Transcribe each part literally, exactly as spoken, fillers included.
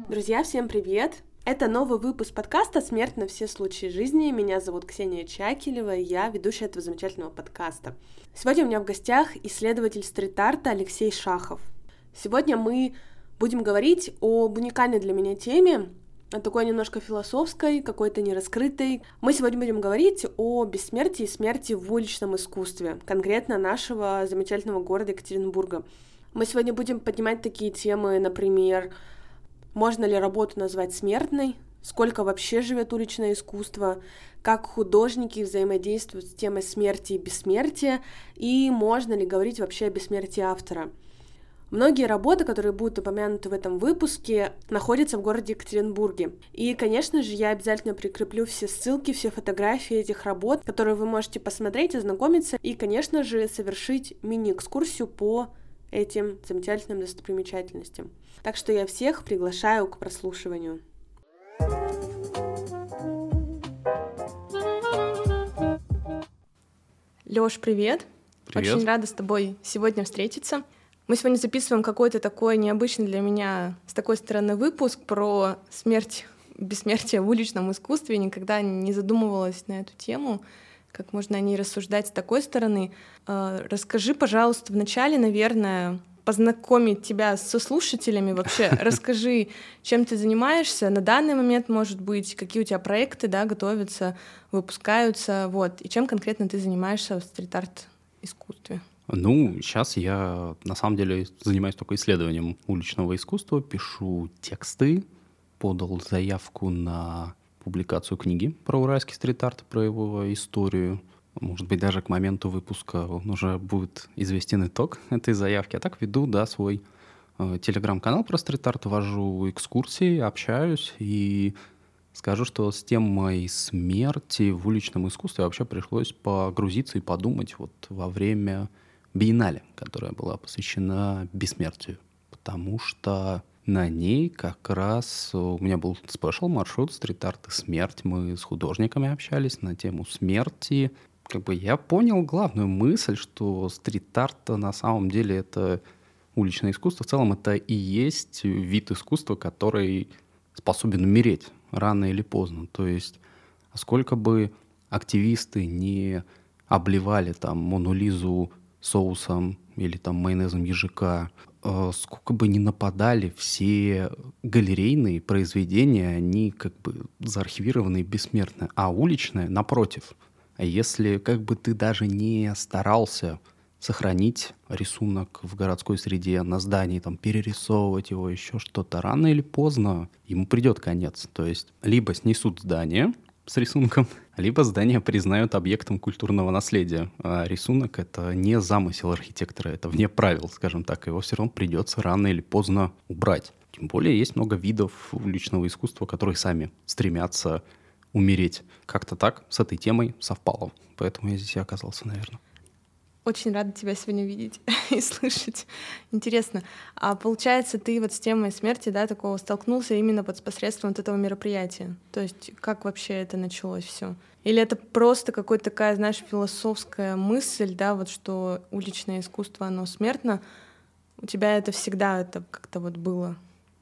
Друзья, всем привет! Это новый выпуск подкаста «Смерть на все случаи жизни». Меня зовут Ксения Чакелева, и я ведущая этого замечательного подкаста. Сегодня у меня в гостях исследователь стрит-арта Алексей Шахов. Сегодня мы будем говорить об уникальной для меня теме, такой немножко философской, какой-то нераскрытой. Мы сегодня будем говорить о бессмертии и смерти в уличном искусстве, конкретно нашего замечательного города Екатеринбурга. Мы сегодня будем поднимать такие темы, например, можно ли работу назвать смертной, сколько вообще живет уличное искусство, как художники взаимодействуют с темой смерти и бессмертия, и можно ли говорить вообще о бессмертии автора. Многие работы, которые будут упомянуты в этом выпуске, находятся в городе Екатеринбурге. И, конечно же, я обязательно прикреплю все ссылки, все фотографии этих работ, которые вы можете посмотреть, ознакомиться и, конечно же, совершить мини-экскурсию по этим замечательным достопримечательностям. Так что я всех приглашаю к прослушиванию. Лёш, привет. Привет. Очень рада с тобой сегодня встретиться. Мы сегодня записываем какой-то такой необычный для меня с такой стороны выпуск про смерть, бессмертие в уличном искусстве. Никогда не задумывалась на эту тему, как можно о ней рассуждать с такой стороны. Расскажи, пожалуйста, вначале, наверное, познакомить тебя со слушателями вообще. Расскажи, чем ты занимаешься на данный момент, может быть, какие у тебя проекты, да, готовятся, выпускаются, вот, и чем конкретно ты занимаешься в стрит-арт-искусстве? Ну, сейчас я на самом деле занимаюсь только исследованием уличного искусства, пишу тексты, подал заявку на публикацию книги про уральский стрит-арт, про его историю. Может быть, даже к моменту выпуска уже будет известен итог этой заявки. А так веду, да, свой э, телеграм-канал про стрит-арт, вожу экскурсии, общаюсь и скажу, что с темой смерти в уличном искусстве вообще пришлось погрузиться и подумать вот во время биеннале, которая была посвящена бессмертию. Потому что на ней как раз у меня был спешл маршрут стрит-арт и смерть. Мы с художниками общались на тему смерти. Как бы я понял главную мысль, что стрит-арт на самом деле это уличное искусство. В целом это и есть вид искусства, который способен умереть рано или поздно. То есть сколько бы активисты не обливали там Мону Лизу соусом или там майонезом ежика, сколько бы ни нападали, все галерейные произведения, они как бы заархивированы и бессмертны. А уличное, напротив, если как бы ты даже не старался сохранить рисунок в городской среде на здании, там, перерисовывать его, еще что-то, рано или поздно ему придет конец. То есть либо снесут здание с рисунком, либо здание признают объектом культурного наследия. А рисунок — это не замысел архитектора, это вне правил, скажем так. Его все равно придется рано или поздно убрать. Тем более есть много видов уличного искусства, которые сами стремятся умереть. Как-то так с этой темой совпало. Поэтому я здесь и оказался, наверное. Очень рада тебя сегодня видеть и слышать. Интересно. А получается, ты вот с темой смерти, да, такого столкнулся именно под посредством вот этого мероприятия? То есть как вообще это началось все? Или это просто какая-то такая, знаешь, философская мысль, да, вот что уличное искусство, оно смертно? У тебя это всегда это как-то вот было?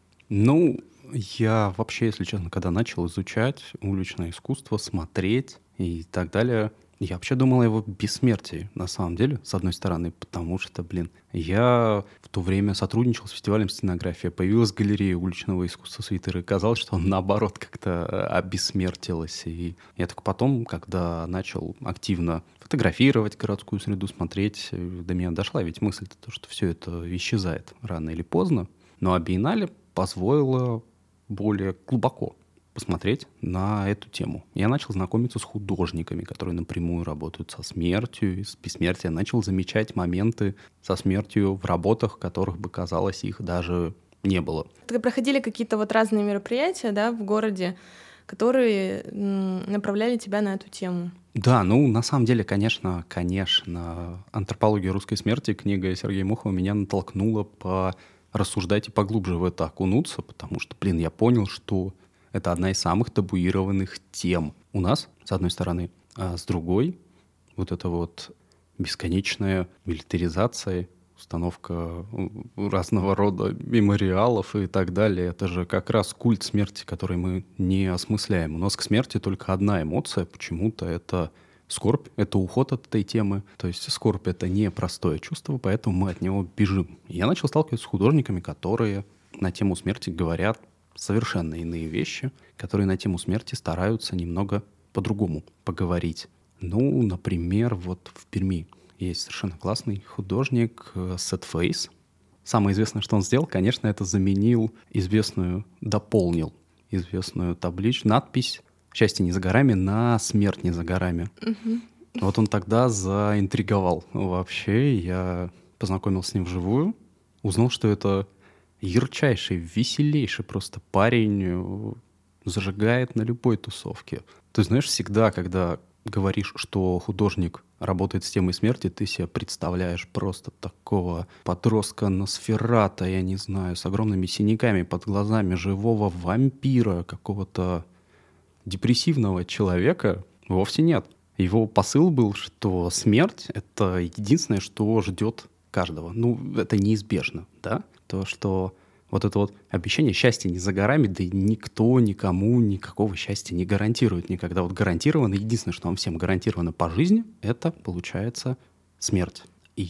Ну, я вообще, если честно, когда начал изучать уличное искусство, смотреть и так далее, я вообще думал о его бессмертии, на самом деле, с одной стороны, потому что, блин, я в то время сотрудничал с фестивалем «Стенография», появилась галерея уличного искусства «Свитер», и казалось, что он, наоборот, как-то обессмертилась. И я только потом, когда начал активно фотографировать городскую среду, смотреть, до меня дошла ведь мысль, что все это исчезает рано или поздно. Ну а биеннале позволило более глубоко посмотреть на эту тему. Я начал знакомиться с художниками, которые напрямую работают со смертью и с бессмертием. Начал замечать моменты со смертью в работах, в которых бы, казалось, их даже не было. Проходили какие-то вот разные мероприятия, да, в городе, которые направляли тебя на эту тему? Да, ну, на самом деле, конечно, конечно, «Антропология русской смерти», книга Сергея Мохова, меня натолкнула по рассуждать и поглубже в это окунуться, потому что, блин, я понял, что это одна из самых табуированных тем у нас, с одной стороны, а с другой вот эта вот бесконечная милитаризация установка разного рода мемориалов и так далее. Это же как раз культ смерти, который мы не осмысляем. У нас к смерти только одна эмоция, почему-то это скорбь, это уход от этой темы. То есть скорбь — это непростое чувство, поэтому мы от него бежим. И я начал сталкиваться с художниками, которые на тему смерти говорят совершенно иные вещи, которые на тему смерти стараются немного по-другому поговорить. Ну, например, вот в Перми есть совершенно классный художник Setface. Самое известное, что он сделал, конечно, это заменил известную, дополнил известную табличку, надпись «Счастье не за горами» на «Смерть не за горами». Угу. Вот он тогда заинтриговал. Вообще, я познакомился с ним вживую, узнал, что это ярчайший, веселейший просто парень, зажигает на любой тусовке. Ты знаешь, всегда, когда говоришь, что художник работает с темой смерти, ты себе представляешь просто такого подростка Носферата, я не знаю, с огромными синяками под глазами, живого вампира, какого-то депрессивного человека. Вовсе нет. Его посыл был, что смерть — это единственное, что ждет каждого. Ну, это неизбежно, да? То, что вот это вот обещание счастья не за горами, да и никто никому никакого счастья не гарантирует никогда. Вот гарантированно, единственное, что вам всем гарантировано по жизни, это, получается, смерть.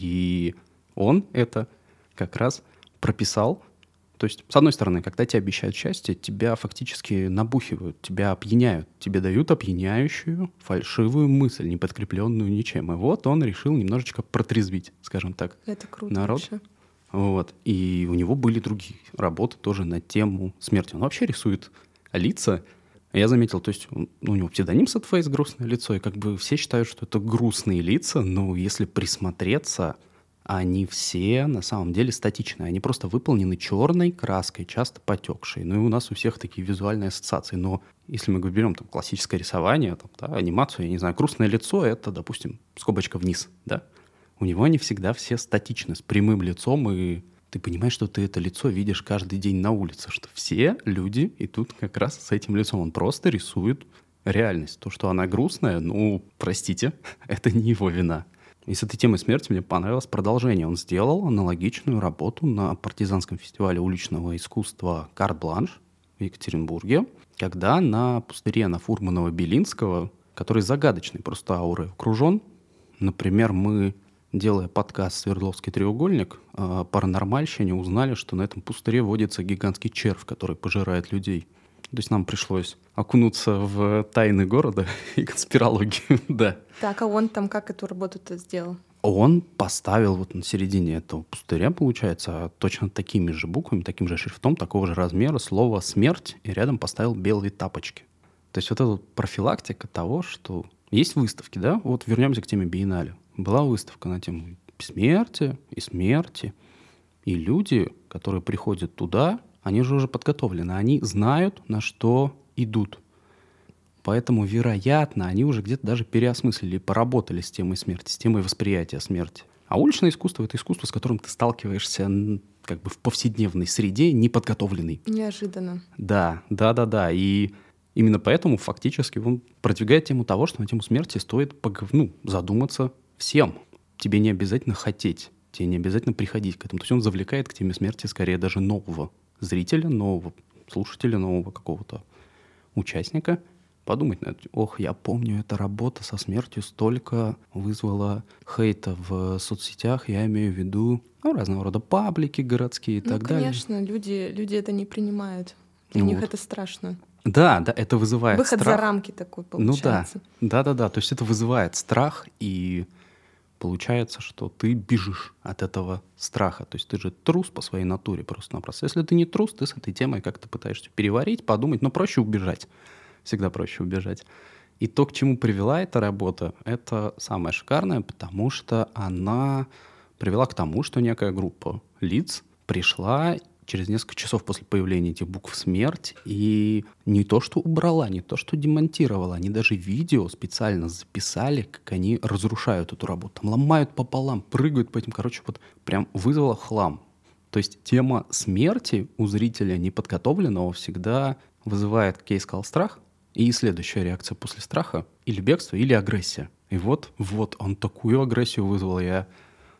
И он это как раз прописал. То есть, с одной стороны, когда тебе обещают счастье, тебя фактически набухивают, тебя опьяняют, тебе дают опьяняющую, фальшивую мысль, не подкрепленную ничем. И вот он решил немножечко протрезвить, скажем так, это круто народ. Вообще. Вот. И у него были другие работы тоже на тему смерти. Он вообще рисует лица. Я заметил, то есть он, у него псевдоним Setface, грустное лицо, и как бы все считают, что это грустные лица, но если присмотреться, они все на самом деле статичные. Они просто выполнены черной краской, часто потекшей. Ну и у нас у всех такие визуальные ассоциации. Но если мы берем там классическое рисование, там, да, анимацию, я не знаю, грустное лицо — это, допустим, скобочка вниз, да? У него они всегда все статичны, с прямым лицом, и ты понимаешь, что ты это лицо видишь каждый день на улице, что все люди идут как раз с этим лицом. Он просто рисует реальность. То, что она грустная, ну, простите, это не его вина. И с этой темой смерти мне понравилось продолжение. Он сделал аналогичную работу на партизанском фестивале уличного искусства «Карт-бланш» в Екатеринбурге, когда на пустыре на Фурманова-Белинского, который загадочной просто аурой окружен, например, мы, делая подкаст «Свердловский треугольник», о паранормальщине узнали, что на этом пустыре водится гигантский червь, который пожирает людей. То есть нам пришлось окунуться в тайны города и конспирологию, да. Так, а он там как эту работу-то сделал? Он поставил вот на середине этого пустыря, получается, точно такими же буквами, таким же шрифтом, такого же размера слово «смерть», и рядом поставил белые тапочки. То есть вот эта профилактика того, что есть выставки, да? Вот вернемся к теме биеннале. Была выставка на тему смерти и смерти. И люди, которые приходят туда, они же уже подготовлены. Они знают, на что идут. Поэтому, вероятно, они уже где-то даже переосмыслили, поработали с темой смерти, с темой восприятия смерти. А уличное искусство — это искусство, с которым ты сталкиваешься как бы в повседневной среде, неподготовленный. Неожиданно. Да, да, да, да. И именно поэтому фактически он продвигает тему того, что на тему смерти стоит ну, задуматься всем. Тебе не обязательно хотеть, тебе не обязательно приходить к этому. То есть он завлекает к теме смерти скорее даже нового зрителя, нового слушателя, нового какого-то участника. Подумать над этим. Ох, я помню, эта работа со смертью столько вызвала хейта в соцсетях. Я имею в виду ну, разного рода паблики городские и ну, так далее. Конечно, люди, люди это не принимают. Для вот. них это страшно. Да, да, это вызывает Выход страх. за рамки такой получается. Ну да, да, да, да. То есть это вызывает страх, и получается, что ты бежишь от этого страха. То есть ты же трус по своей натуре просто-напросто. Если ты не трус, ты с этой темой как-то пытаешься переварить, подумать, но проще убежать. Всегда проще убежать. И то, к чему привела эта работа, это самое шикарное, потому что она привела к тому, что некая группа лиц пришла через несколько часов после появления этих букв «Смерть» и не то что убрала, не то что демонтировала, они даже видео специально записали, как они разрушают эту работу. Там ломают пополам, прыгают по этим, короче, вот прям вызвало хлам. То есть тема смерти у зрителя неподготовленного всегда вызывает, как я и сказал, страх, и следующая реакция после страха или бегство, или агрессия. И вот, вот он такую агрессию вызвал, я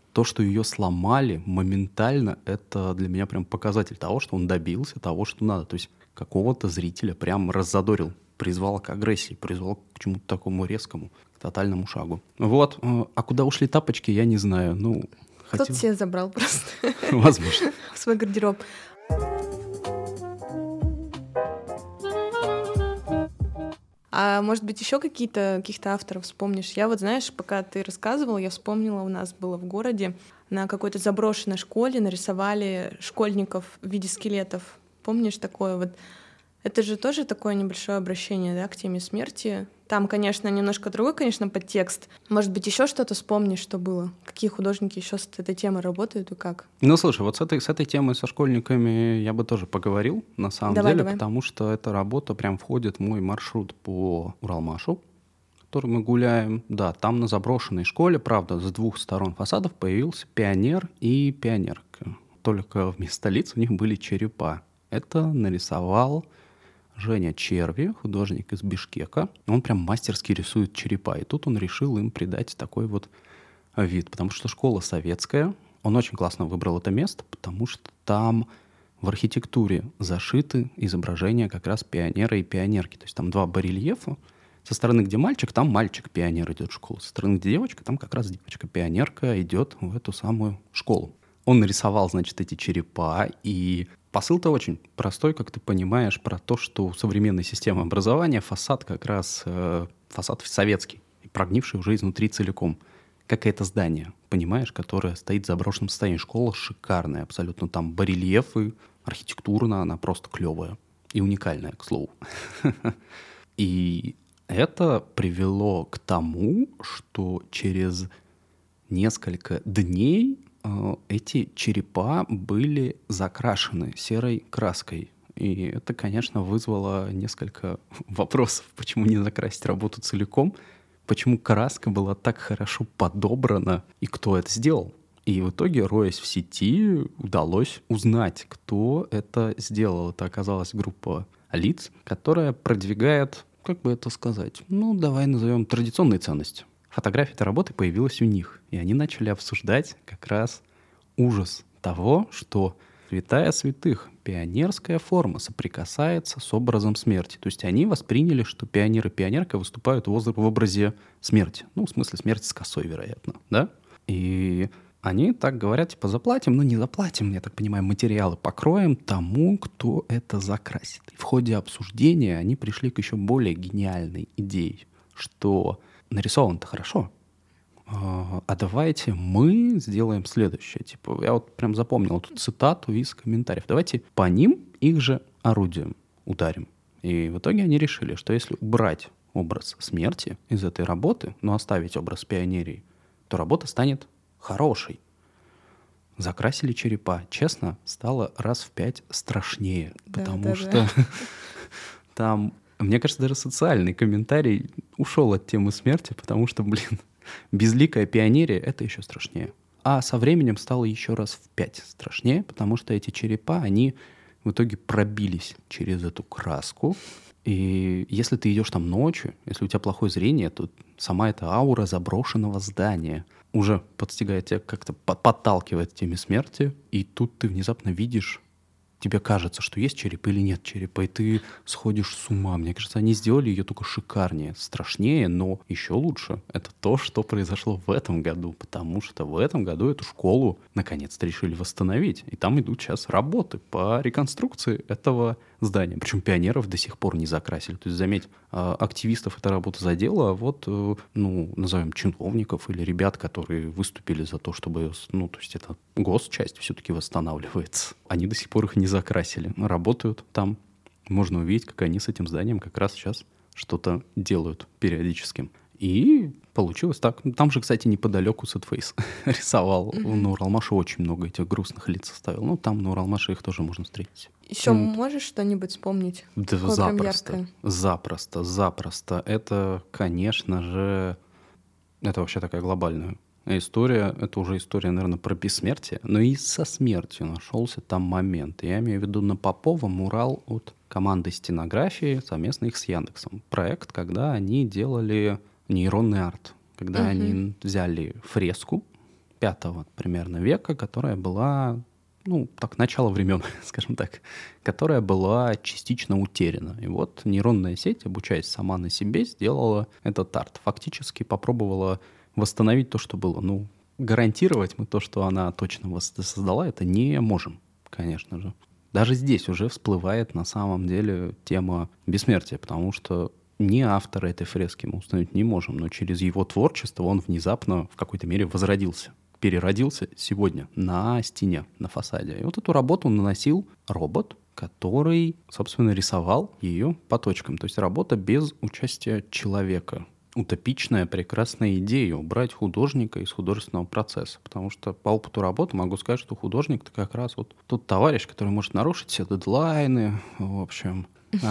то, что ее сломали моментально, это для меня прям показатель того, что он добился того, что надо. То есть какого-то зрителя прям раззадорил, призвал к агрессии, призвал к чему-то такому резкому, к тотальному шагу. Вот. А куда ушли тапочки, я не знаю. Ну, Кто-то хотел... себе забрал просто. Возможно. В свой гардероб. А может быть, еще какие-то каких-то авторов вспомнишь? Я вот, знаешь, пока ты рассказывал, я вспомнила, у нас было в городе на какой-то заброшенной школе нарисовали школьников в виде скелетов. Помнишь такое вот? Это же тоже такое небольшое обращение, да, к теме смерти. Там, конечно, немножко другой, конечно, подтекст. Может быть, еще что-то вспомнишь, что было? Какие художники еще с этой темой работают и как? Ну, слушай, вот с этой, с этой темой со школьниками я бы тоже поговорил, на самом давай, деле, давай. Потому что эта работа прям входит в мой маршрут по Уралмашу, который мы гуляем. Да, там на заброшенной школе, правда, с двух сторон фасадов появился пионер и пионерка. Только вместо лиц у них были черепа. Это нарисовал Женя Черви, художник из Бишкека. Он прям мастерски рисует черепа. И тут он решил им придать такой вот вид. Потому что школа советская. Он очень классно выбрал это место, потому что там в архитектуре зашиты изображения как раз пионера и пионерки. То есть там два барельефа. Со стороны, где мальчик, там мальчик-пионер идет в школу. Со стороны, где девочка, там как раз девочка-пионерка идет в эту самую школу. Он нарисовал, значит, эти черепа, и посыл-то очень простой, как ты понимаешь, про то, что у современной системы образования фасад как раз э, фасад советский, прогнивший уже изнутри целиком. Как это здание, понимаешь, которое стоит в заброшенном состоянии. Школа шикарная абсолютно. Там барельефы, архитектурно она просто клевая и уникальная, к слову. И это привело к тому, что через несколько дней эти черепа были закрашены серой краской. И это, конечно, вызвало несколько вопросов, почему не закрасить работу целиком, почему краска была так хорошо подобрана и кто это сделал. И в итоге, роясь в сети, удалось узнать, кто это сделал. Это оказалась группа лиц, которая продвигает, как бы это сказать, ну, давай назовем традиционные ценности. Фотография этой работы появилась у них, и они начали обсуждать как раз ужас того, что святая святых, пионерская форма соприкасается с образом смерти. То есть они восприняли, что пионер и пионерка выступают в образе смерти. Ну, в смысле смерти с косой, вероятно, да? И они так говорят, типа, заплатим, но не заплатим, я так понимаю, материалы покроем тому, кто это закрасит. И в ходе обсуждения они пришли к еще более гениальной идее, что нарисовано-то хорошо, а давайте мы сделаем следующее. Типа, я вот прям запомнил эту цитату из комментариев. Давайте по ним их же орудием ударим. И в итоге они решили, что если убрать образ смерти из этой работы, но оставить образ пионерии, то работа станет хорошей. Закрасили черепа. Честно, стало раз в пять страшнее, да, потому да, что да. Там, мне кажется, даже социальный комментарий ушел от темы смерти, потому что, блин, безликая пионерия — это еще страшнее. А со временем стало еще раз в пять страшнее, потому что эти черепа, они в итоге пробились через эту краску. И если ты идешь там ночью, если у тебя плохое зрение, то сама эта аура заброшенного здания уже подстигает тебя, как-то подталкивает к теме смерти, и тут ты внезапно видишь, тебе кажется, что есть череп или нет черепа, и ты сходишь с ума. Мне кажется, они сделали ее только шикарнее, страшнее, но еще лучше. Это то, что произошло в этом году, потому что в этом году эту школу наконец-то решили восстановить. И там идут сейчас работы по реконструкции этого здания. Причем пионеров до сих пор не закрасили. То есть, заметь, активистов эта работа задела, а вот, ну, назовем чиновников или ребят, которые выступили за то, чтобы, ну, то есть это госчасть все-таки восстанавливается. Они до сих пор их не закрасили. Работают там. Можно увидеть, как они с этим зданием как раз сейчас что-то делают периодически. И получилось так. Там же, кстати, неподалеку Сетфейс рисовал. Mm-hmm. На Уралмаше очень много этих грустных лиц оставил. Ну, там на Уралмаше их тоже можно встретить. Еще mm. можешь что-нибудь вспомнить? Да, запросто. Запросто, запросто. Это, конечно же, это вообще такая глобальная история. Это уже история, наверное, про бессмертие. Но и со смертью нашелся там момент. Я имею в виду на Попова мурал от команды стенографии, совместно их с Яндексом. Проект, когда они делали нейронный арт. Когда uh-huh. они взяли фреску, пятого примерно века, которая была, ну, так, начало времен, скажем так, которая была частично утеряна. И вот нейронная сеть, обучаясь сама на себе, сделала этот арт. Фактически попробовала восстановить то, что было. Ну, гарантировать мы то, что она точно воссоздала, это не можем, конечно же. Даже здесь уже всплывает на самом деле тема бессмертия, потому что ни автора этой фрески мы установить не можем, но через его творчество он внезапно в какой-то мере возродился, переродился сегодня на стене, на фасаде. И вот эту работу наносил робот, который, собственно, рисовал ее по точкам. То есть работа без участия человека. Утопичная, прекрасная идея убрать художника из художественного процесса. Потому что по опыту работы могу сказать, что художник — это как раз вот тот товарищ, который может нарушить все дедлайны, в общем.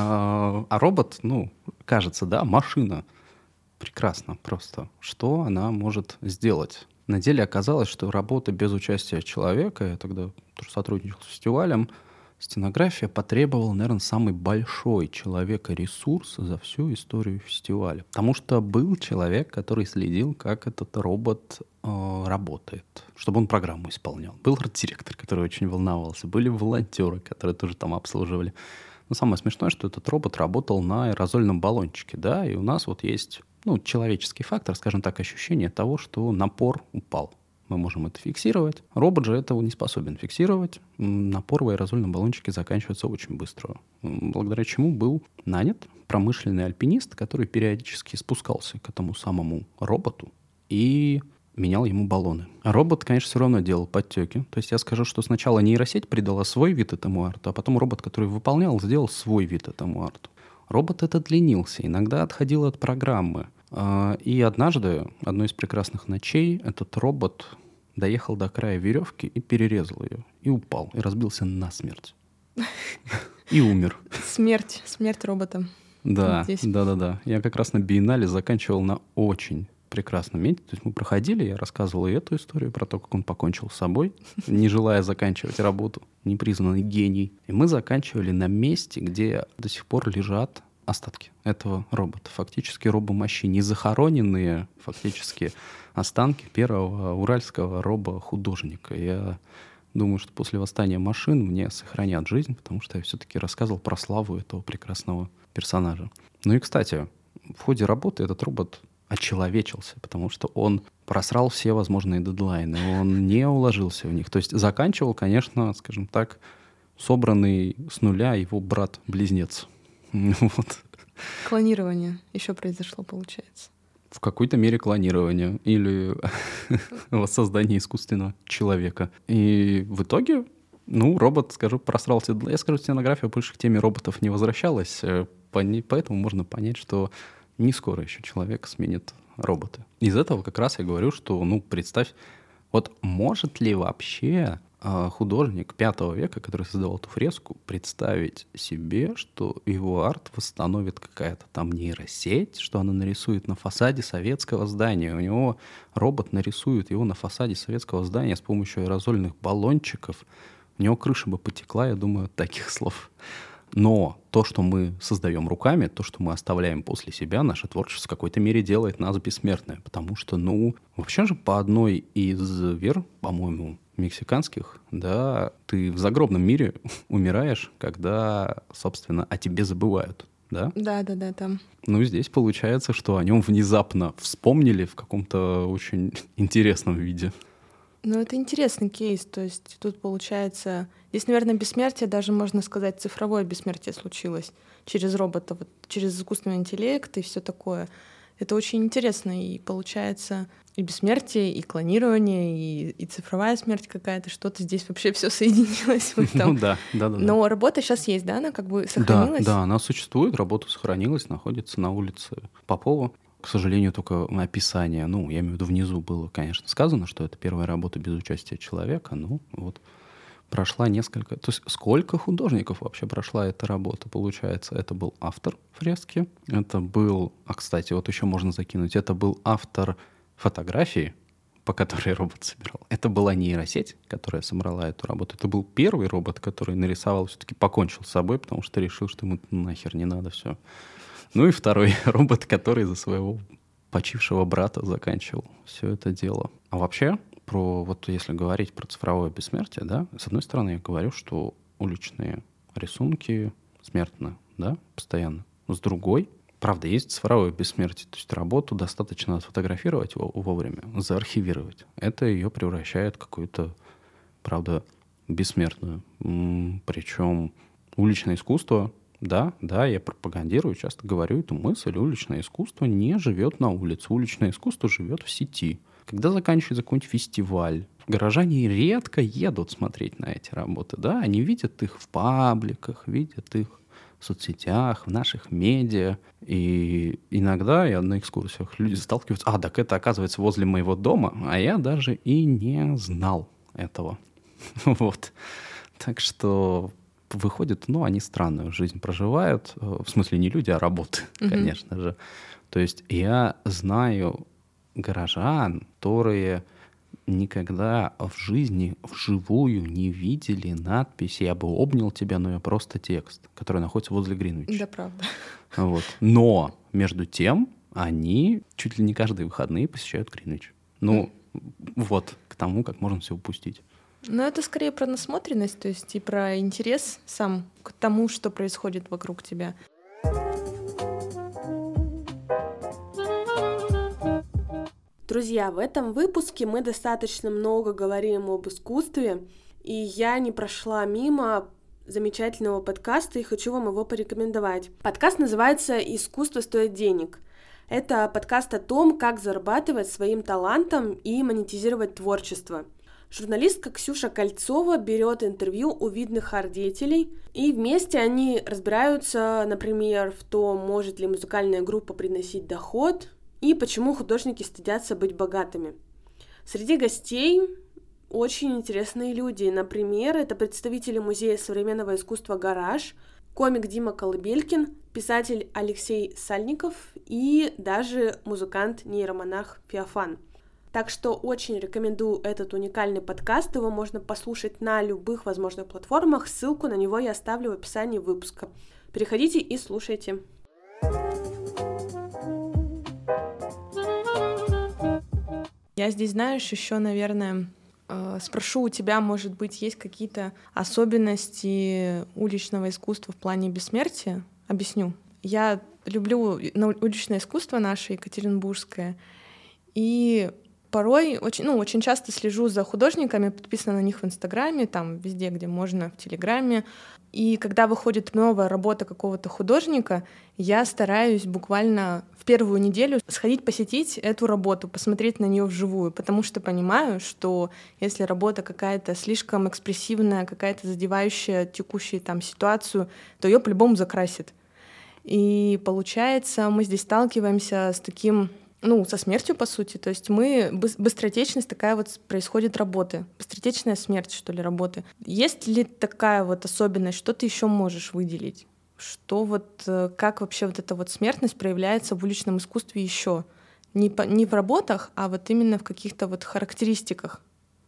А, а робот, ну, кажется, да, машина. Прекрасно просто. Что она может сделать? На деле оказалось, что работа без участия человека, я тогда тоже сотрудничал с фестивалем, стенография потребовала, наверное, самый большой человека-ресурс за всю историю фестиваля. Потому что был человек, который следил, как этот робот э, работает, чтобы он программу исполнял. Был арт-директор, который очень волновался. Были волонтеры, которые тоже там обслуживали. Но самое смешное, что этот робот работал на аэрозольном баллончике, да, и у нас вот есть, ну, человеческий фактор, скажем так, ощущение того, что напор упал. Мы можем это фиксировать. Робот же этого не способен фиксировать. Напор в аэрозольном баллончике заканчивается очень быстро. Благодаря чему был нанят промышленный альпинист, который периодически спускался к этому самому роботу и менял ему баллоны. А робот, конечно, все равно делал подтеки. То есть я скажу, что сначала нейросеть придала свой вид этому арту, а потом робот, который выполнял, сделал свой вид этому арту. Робот этот ленился, иногда отходил от программы. И однажды, одной из прекрасных ночей, этот робот доехал до края веревки и перерезал ее. И упал, и разбился насмерть. И умер. Смерть, смерть робота. Да, да, да, да. Я как раз на биеннале заканчивал на очень прекрасном месте. То есть мы проходили, я рассказывал и эту историю про то, как он покончил с собой, не желая заканчивать работу. Непризнанный гений. И мы заканчивали на месте, где до сих пор лежат остатки этого робота. Фактически робомощи, не захороненные фактически останки первого уральского робо-художника. Я думаю, что после восстания машин мне сохранят жизнь, потому что я все-таки рассказывал про славу этого прекрасного персонажа. Ну и, кстати, в ходе работы этот робот очеловечился, потому что он просрал все возможные дедлайны, он не уложился в них. То есть заканчивал, конечно, скажем так, собранный с нуля его брат-близнец. Вот. Клонирование еще произошло, получается. В какой-то мере клонирование или воссоздание искусственного человека. И в итоге, ну, робот, скажу, просрался. Я скажу, стенография больше к теме роботов не возвращалась, поэтому можно понять, что не скоро еще человек сменит роботы. Из этого как раз я говорю, что, ну, представь, вот может ли вообще художник пятого века, который создавал эту фреску, представить себе, что его арт восстановит какая-то там нейросеть, что она нарисует на фасаде советского здания. У него робот нарисует его на фасаде советского здания с помощью аэрозольных баллончиков. У него крыша бы потекла, я думаю, от таких слов. Но то, что мы создаем руками, то, что мы оставляем после себя, наше творчество в какой-то мере делает нас бессмертными. Потому что, ну, вообще же по одной из вер, по-моему, мексиканских, да, ты в загробном мире умираешь, когда, собственно, о тебе забывают, да? Да, да, да, там. Ну, здесь получается, что о нем внезапно вспомнили в каком-то очень интересном виде. Ну, это интересный кейс, то есть тут получается... Здесь, наверное, бессмертие, даже можно сказать, цифровое бессмертие случилось через робота, вот, через искусственный интеллект и все такое. Это очень интересно, и получается и бессмертие, и клонирование, и, и цифровая смерть какая-то, что-то здесь вообще все соединилось. В этом. Ну да, да, да. Но работа сейчас есть, да, она как бы сохранилась? Да, да, она существует, работа сохранилась, находится на улице Попова. К сожалению, только описание, ну, я имею в виду, внизу было, конечно, сказано, что это первая работа без участия человека, ну, вот прошла несколько... То есть сколько художников вообще прошла эта работа, получается? Это был автор фрески, это был... А, кстати, вот еще можно закинуть, это был автор фотографии, по которой робот собирал. Это была нейросеть, которая собрала эту работу. Это был первый робот, который нарисовал, все-таки покончил с собой, потому что решил, что ему нахер не надо все. Ну и второй робот, который за своего почившего брата заканчивал все это дело. А вообще, про, вот если говорить про цифровое бессмертие, да, с одной стороны, я говорю, что уличные рисунки смертны, да, постоянно. С другой, правда, есть цифровое бессмертие, то есть работу достаточно сфотографировать вовремя, заархивировать. Это ее превращает в какую-то, правда, бессмертную. Причем уличное искусство, да, да, я пропагандирую, часто говорю эту мысль, уличное искусство не живет на улице, уличное искусство живет в сети. Когда заканчивается какой-нибудь фестиваль, горожане редко едут смотреть на эти работы, да, они видят их в пабликах, видят их в соцсетях, в наших медиа, и иногда я на экскурсиях люди сталкиваются, а, так это оказывается возле моего дома, а я даже и не знал этого. Вот. Так что выходит, ну, они странную жизнь проживают, в смысле не люди, а работы, mm-hmm. конечно же. То есть я знаю горожан, которые никогда в жизни вживую не видели надпись «Я бы обнял тебя, но я просто текст», который находится возле Гринвича. Да, правда. Вот. Но между тем они чуть ли не каждые выходные посещают Гринвич. Ну, mm. вот, к тому, как можно все упустить. Ну, это скорее про насмотренность, то есть и про интерес сам к тому, что происходит вокруг тебя. Друзья, в этом выпуске мы достаточно много говорим об искусстве, и я не прошла мимо замечательного подкаста и хочу вам его порекомендовать. Подкаст называется «Искусство стоит денег». Это подкаст о том, как зарабатывать своим талантом и монетизировать творчество. Журналистка Ксюша Кольцова берет интервью у видных арт-деятелей, и вместе они разбираются, например, в том, может ли музыкальная группа приносить доход, и почему художники стыдятся быть богатыми. Среди гостей очень интересные люди. Например, это представители Музея современного искусства «Гараж», комик Дима Колыбелькин, писатель Алексей Сальников и даже музыкант-нейромонах Феофан. Так что очень рекомендую этот уникальный подкаст. Его можно послушать на любых возможных платформах. Ссылку на него я оставлю в описании выпуска. Переходите и слушайте. Я здесь, знаешь, еще, наверное, спрошу у тебя, может быть, есть какие-то особенности уличного искусства в плане бессмертия? Объясню. Я люблю уличное искусство наше, екатеринбургское, и порой очень, ну, очень часто слежу за художниками, подписана на них в Инстаграме, там везде, где можно, в Телеграме. И когда выходит новая работа какого-то художника, я стараюсь буквально в первую неделю сходить посетить эту работу, посмотреть на нее вживую, потому что понимаю, что если работа какая-то слишком экспрессивная, какая-то задевающая текущую там ситуацию, то ее по-любому закрасит. И получается, мы здесь сталкиваемся с таким, ну, со смертью, по сути. То есть мы, быстротечность такая вот происходит работы. Быстротечная смерть, что ли, работы. Есть ли такая вот особенность, что ты еще можешь выделить? Что вот, как вообще вот эта вот смертность проявляется в уличном искусстве еще? Не, по, не в работах, а вот именно в каких-то вот характеристиках.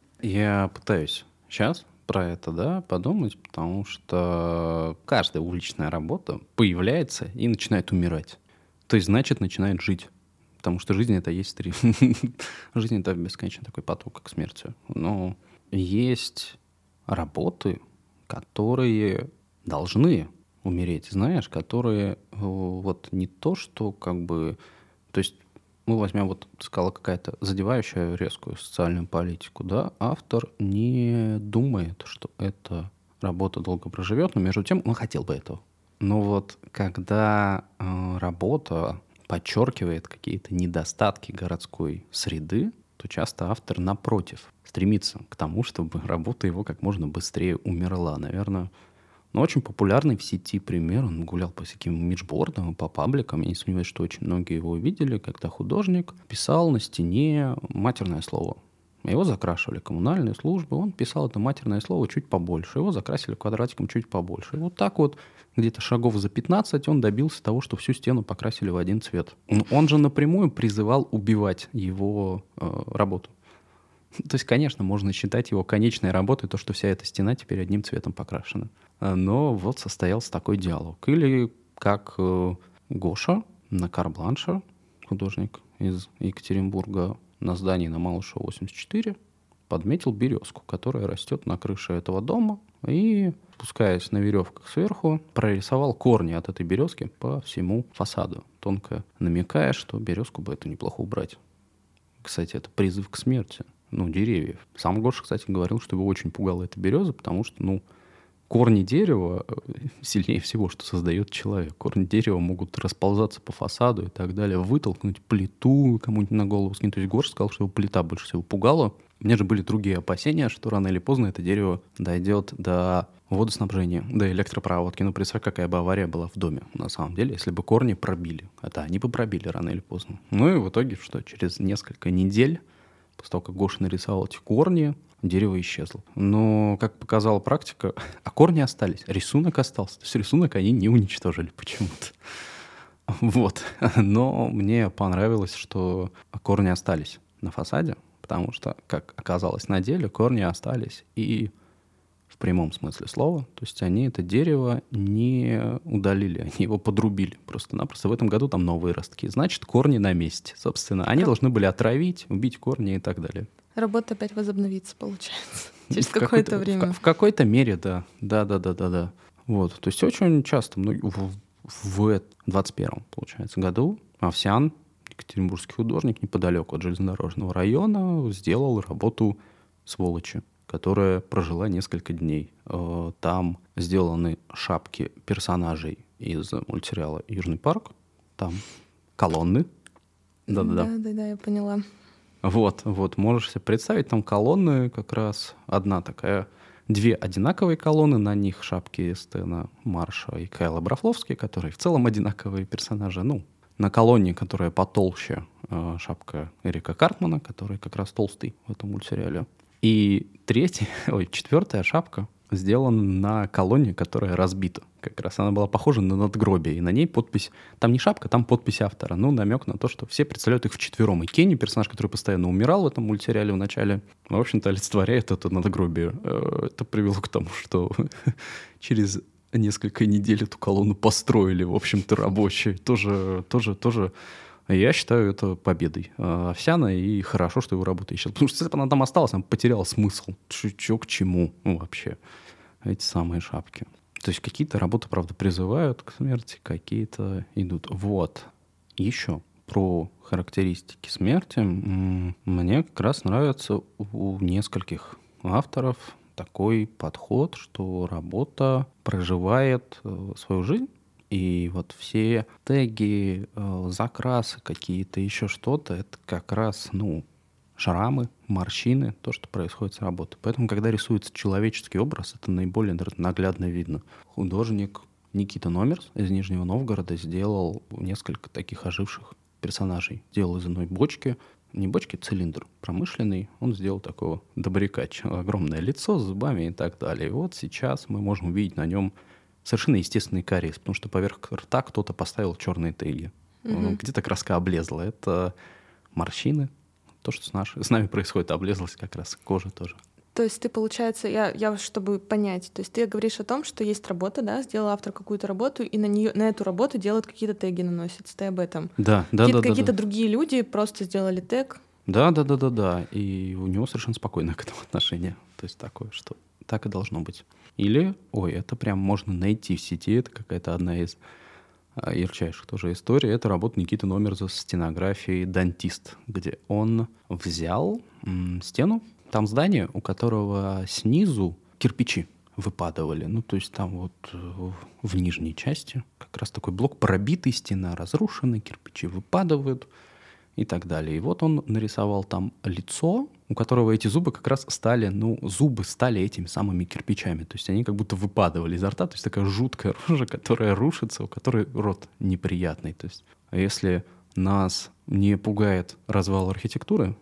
Я пытаюсь сейчас про это, да, подумать, потому что каждая уличная работа появляется и начинает умирать. То есть, значит, начинает жить. Потому что жизнь — это есть три. Жизнь — это бесконечный такой поток к смерти. Но есть работы, которые должны умереть, знаешь, которые вот не то, что как бы... То есть мы возьмем, вот ты сказала, какая-то задевающая резкую социальную политику, да, автор не думает, что эта работа долго проживет, но между тем он хотел бы этого. Но вот когда э, работа подчеркивает какие-то недостатки городской среды, то часто автор, напротив, стремится к тому, чтобы работа его как можно быстрее умерла. Наверное, ну, очень популярный в сети пример. Он гулял по всяким митчбордам, по пабликам. Я не сомневаюсь, что очень многие его видели, когда художник писал на стене матерное слово. Его закрашивали коммунальные службы, он писал это матерное слово чуть побольше, его закрасили квадратиком чуть побольше. И вот так вот где-то шагов за пятнадцать он добился того, что всю стену покрасили в один цвет. Он, он же напрямую призывал убивать его э, работу. То есть, конечно, можно считать его конечной работой то, что вся эта стена теперь одним цветом покрашена. Но вот состоялся такой диалог. Или как э, Гоша на Карбланше, художник из Екатеринбурга, на здании на Малышева восемьдесят четыре, подметил березку, которая растет на крыше этого дома, и, спускаясь на веревках сверху, прорисовал корни от этой березки по всему фасаду, тонко намекая, что березку бы эту неплохо убрать. Кстати, это призыв к смерти, ну, деревьев. Сам Гоша, кстати, говорил, что его очень пугала эта береза, потому что, ну, корни дерева сильнее всего, что создает человек. Корни дерева могут расползаться по фасаду и так далее, вытолкнуть плиту кому-нибудь на голову скинуть. То есть Гоша сказал, что его плита больше всего пугала. У меня же были другие опасения, что рано или поздно это дерево дойдет до водоснабжения, до электропроводки. Ну, представь, какая бы авария была в доме, на самом деле, если бы корни пробили. Это они бы пробили рано или поздно. Ну и в итоге, что через несколько недель, после того, как Гоша нарисовал эти корни, дерево исчезло. Но, как показала практика, а корни остались, рисунок остался. То есть рисунок они не уничтожили почему-то. Вот. Но мне понравилось, что корни остались на фасаде, потому что, как оказалось на деле, корни остались и в прямом смысле слова. То есть они это дерево не удалили, они его подрубили просто-напросто. В этом году там новые ростки. Значит, корни на месте, собственно. Они должны были отравить, убить корни и так далее. Работа опять возобновится, получается, через какое-то время. В, в какой-то мере, да. Да-да-да-да-да. Вот. То есть очень часто, ну, в, в двадцать первом, получается, году Овсян, екатеринбургский художник, неподалеку от железнодорожного района, сделал работу «Сволочи», которая прожила несколько дней. Там сделаны шапки персонажей из мультсериала «Южный парк». Там колонны. Да-да-да. Да-да-да, я поняла. Вот, вот, можешь себе представить, там колонны как раз одна такая, две одинаковые колонны, на них шапки Стэна Марша и Кайла Брафловски, которые в целом одинаковые персонажи. Ну, на колонне, которая потолще, шапка Эрика Картмана, который как раз толстый в этом мультсериале. И третья, ой, четвертая шапка сделана на колонне, которая разбита. Как раз она была похожа на надгробие, и на ней подпись, там не шапка, там подпись автора. Ну, намек на то, что все представляют их вчетвером. И Кенни, персонаж, который постоянно умирал в этом мультсериале в начале, в общем-то, олицетворяет это надгробие. Это привело к тому, что через несколько недель эту колонну построили, в общем-то, рабочие. Тоже, тоже, тоже... Я считаю это победой Овсяна, и хорошо, что его работа исчезла. Потому что если бы она там осталась, она потеряла смысл. Чё к чему ну, вообще эти самые шапки. То есть какие-то работы, правда, призывают к смерти, какие-то идут. Вот. Еще про характеристики смерти. Мне как раз нравится у нескольких авторов такой подход, что работа проживает свою жизнь. И вот все теги, закрасы какие-то, еще что-то, это как раз, ну, шрамы, морщины, то, что происходит с работой. Поэтому, когда рисуется человеческий образ, это наиболее наглядно видно. Художник Никита Номерс из Нижнего Новгорода сделал несколько таких оживших персонажей. Сделал из одной бочки, не бочки, цилиндр промышленный. Он сделал такого добряка, огромное лицо с зубами и так далее. И вот сейчас мы можем увидеть на нем совершенно естественный кариес, потому что поверх рта кто-то поставил черные теги. Mm-hmm. Где-то краска облезла. Это морщины. То, что с, нашей, с нами происходит, облезлась как раз кожа тоже. То есть ты, получается, я, я чтобы понять, то есть ты говоришь о том, что есть работа, да, сделал автор какую-то работу, и на нее, на эту работу делают какие-то теги, наносятся. Ты об этом? Да, да, какие-то, да. Какие-то да, другие да. люди просто сделали тег. Да, да, да, да, да. И у него совершенно спокойное к этому отношение. То есть такое, что так и должно быть. Или, ой, это прям можно найти в сети, это какая-то одна из а, ярчайших тоже историй. Это работа Никиты Номерза с стенографией «Дантист», где он взял м, стену, там здание, у которого снизу кирпичи выпадывали. Ну, то есть там вот в, в нижней части как раз такой блок пробитый, стена разрушена, кирпичи выпадают и так далее. И вот он нарисовал там лицо, у которого эти зубы как раз стали, ну, зубы стали этими самыми кирпичами. То есть они как будто выпадывали изо рта. То есть такая жуткая рожа, которая рушится, у которой рот неприятный. То есть если нас не пугает развал архитектуры,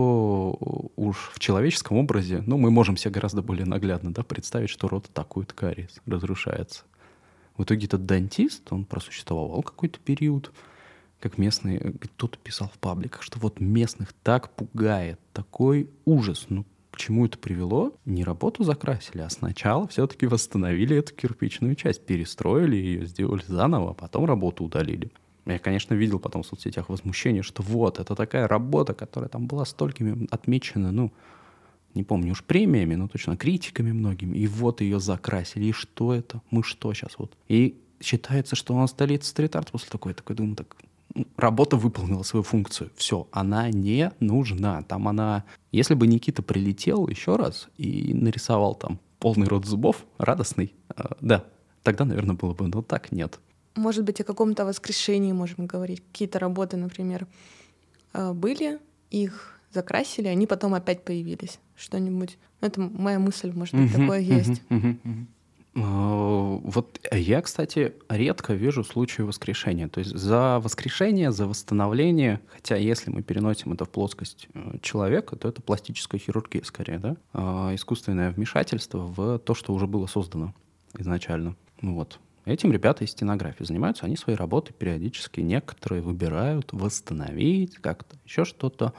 то уж в человеческом образе, ну, мы можем себе гораздо более наглядно, да, представить, что рот атакует кариес, разрушается. В итоге этот дантист, он просуществовал какой-то период, как местные, кто-то писал в пабликах, что вот местных так пугает, такой ужас. Ну, к чему это привело? Не работу закрасили, а сначала все-таки восстановили эту кирпичную часть, перестроили ее, сделали заново, а потом работу удалили. Я, конечно, видел потом в соцсетях возмущение, что вот, это такая работа, которая там была столькими отмечена, ну, не помню уж премиями, но точно критиками многими. И вот ее закрасили. И что это? Мы что сейчас вот? И считается, что она столица стрит-арта после такой. Такой думаю, так работа выполнила свою функцию. Все, она не нужна. Там она... Если бы Никита прилетел еще раз и нарисовал там полный рот зубов, радостный, э, да, тогда, наверное, было бы. Но так нет. Может быть, о каком-то воскрешении можем говорить. Какие-то работы, например, были, их закрасили, они потом опять появились. Что-нибудь. Это моя мысль, может быть, Мгм, такое мгм, есть. мгм, мгм. А, Вот я, кстати, редко вижу случаи воскрешения. То есть за воскрешение, за восстановление, хотя если мы переносим это в плоскость э, человека, то это пластическая хирургия скорее, да? А, Искусственное вмешательство в то, что уже было создано изначально. Ну Вот. Этим ребята из стенографии занимаются, они свои работы периодически некоторые выбирают восстановить, как-то еще что-то.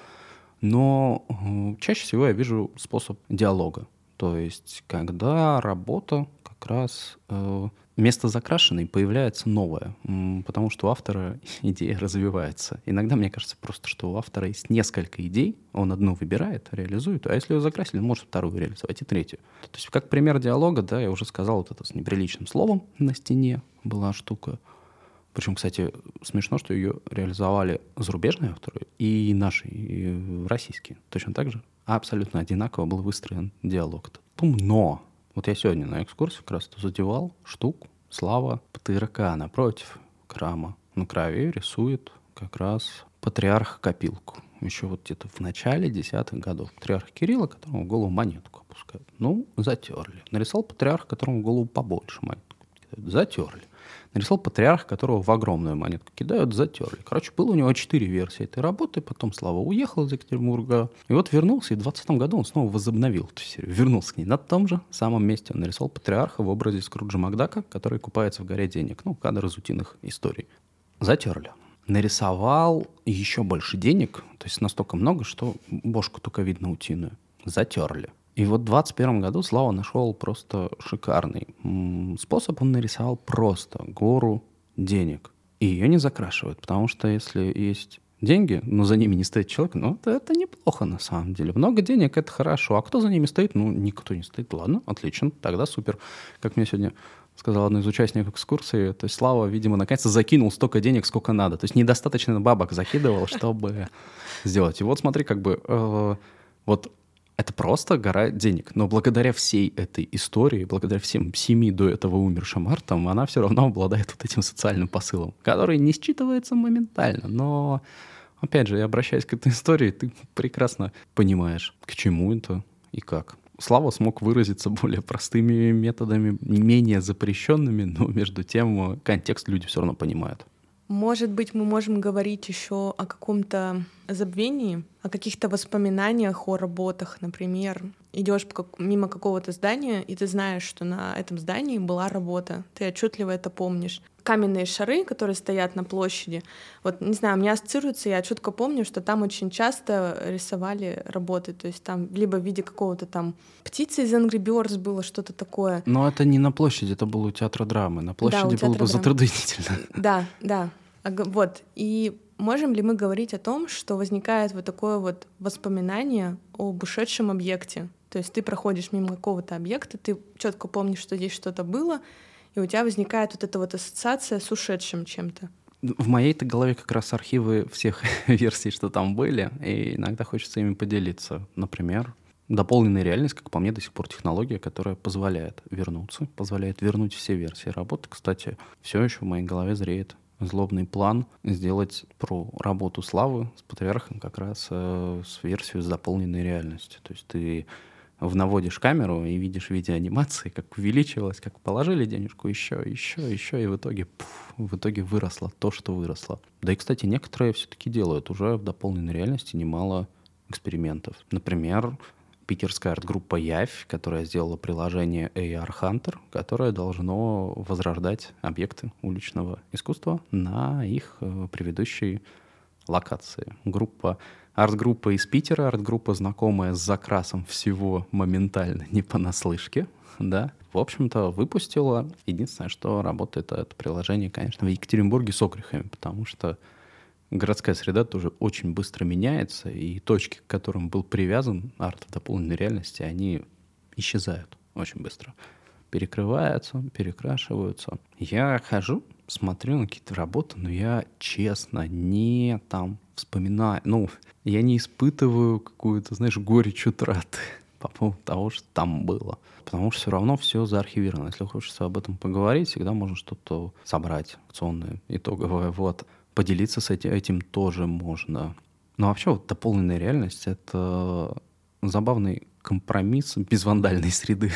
Но э, чаще всего я вижу способ диалога. То есть, когда работа как раз э, вместо закрашенной появляется новое, м, потому что у автора идея развивается. Иногда мне кажется просто, что у автора есть несколько идей, он одну выбирает, реализует, а если ее закрасили, он может вторую реализовать и третью. То есть, как пример диалога, да, я уже сказал, вот это с неприличным словом на стене была штука. Причем, кстати, смешно, что ее реализовали зарубежные авторы и наши, и российские. Точно так же. Абсолютно одинаково был выстроен диалог. Но вот я сегодня на экскурсии как раз задевал штуку Слава ПТРК напротив храма. На крови рисует как раз патриарха Копилку. Еще вот где-то в начале десятых годов. Патриарх Кирилла, которому в голову монетку опускают. Ну, затерли. Нарисовал патриарха, которому в голову побольше монетку кидают. Затерли. Нарисовал патриарха, которого в огромную монетку кидают, затерли. Короче, было у него четыре версии этой работы, потом Слава уехал из Екатеринбурга, и вот вернулся, и в двадцатом году он снова возобновил эту серию, вернулся к ней. На том же самом месте он нарисовал патриарха в образе Скруджа Макдака, который купается в горе денег, ну, кадр из утиных историй. Затерли. Нарисовал еще больше денег, то есть настолько много, что бошку только видно утиную. Затерли. И вот в двадцать первом году Слава нашел просто шикарный м, способ. Он нарисовал просто гору денег. И ее не закрашивают, потому что если есть деньги, но за ними не стоит человек, ну, это, это неплохо на самом деле. Много денег — это хорошо. А кто за ними стоит? Ну, никто не стоит. Ладно, отлично, тогда супер. Как мне сегодня сказал одна из участников экскурсии, то есть Слава, видимо, наконец-то закинул столько денег, сколько надо. То есть недостаточно бабок закидывал, чтобы сделать. И вот смотри, как бы э, вот это просто гора денег. Но благодаря всей этой истории, благодаря всем семи до этого умершим артам, она все равно обладает вот этим социальным посылом, который не считывается моментально. Но, опять же, я обращаюсь к этой истории, ты прекрасно понимаешь, к чему это и как. Слава смог выразиться более простыми методами, менее запрещенными, но между тем контекст люди все равно понимают. Может быть, мы можем говорить еще о каком-то забвении, о каких-то воспоминаниях о работах. Например, идешь мимо какого-то здания, и ты знаешь, что на этом здании была работа. Ты отчетливо это помнишь. Каменные шары, которые стоят на площади, вот, не знаю, у меня ассоциируется, я четко помню, что там очень часто рисовали работы, то есть там либо в виде какого-то там птицы из Angry Birds было что-то такое. Но это не на площади, это было у театра драмы. На площади да, было бы драмы. затруднительно. Да, да. Вот. И можем ли мы говорить о том, что возникает вот такое вот воспоминание об ушедшем объекте? То есть ты проходишь мимо какого-то объекта, ты четко помнишь, что здесь что-то было, и у тебя возникает вот эта вот ассоциация с ушедшим чем-то. В моей-то голове как раз архивы всех версий, что там были, и иногда хочется ими поделиться. Например, дополненная реальность, как по мне, до сих пор технология, которая позволяет вернуться, позволяет вернуть все версии работы. Кстати, все еще в моей голове зреет злобный план сделать про работу Славы с патриархом как раз э, с версией с дополненной реальностью. То есть ты наводишь камеру и видишь видеоанимации, как увеличивалось, как положили денежку еще, еще, еще, и в итоге, пуф, в итоге выросло то, что выросло. Да и, кстати, некоторые все-таки делают уже в дополненной реальности немало экспериментов. Например, питерская арт-группа Явь, которая сделала приложение эй ар Hunter, которое должно возрождать объекты уличного искусства на их э, предыдущей локации. Группа, арт-группа из Питера, арт-группа, знакомая с закрасом всего моментально, не понаслышке, да, в общем-то, выпустила. Единственное, что работает это приложение, конечно, в Екатеринбурге с окрихами, потому что городская среда тоже очень быстро меняется, и точки, к которым был привязан арт в дополненной реальности, они исчезают очень быстро. Перекрываются, перекрашиваются. Я хожу, смотрю на какие-то работы, но я, честно, не там вспоминаю, ну, я не испытываю какую-то, знаешь, горечь утраты по поводу того, что там было. Потому что все равно все заархивировано. Если хочется об этом поговорить, всегда можно что-то собрать, акционное, итоговое, вот. Поделиться с этим, этим тоже можно. Но вообще вот дополненная реальность — это забавный компромисс безвандальной среды,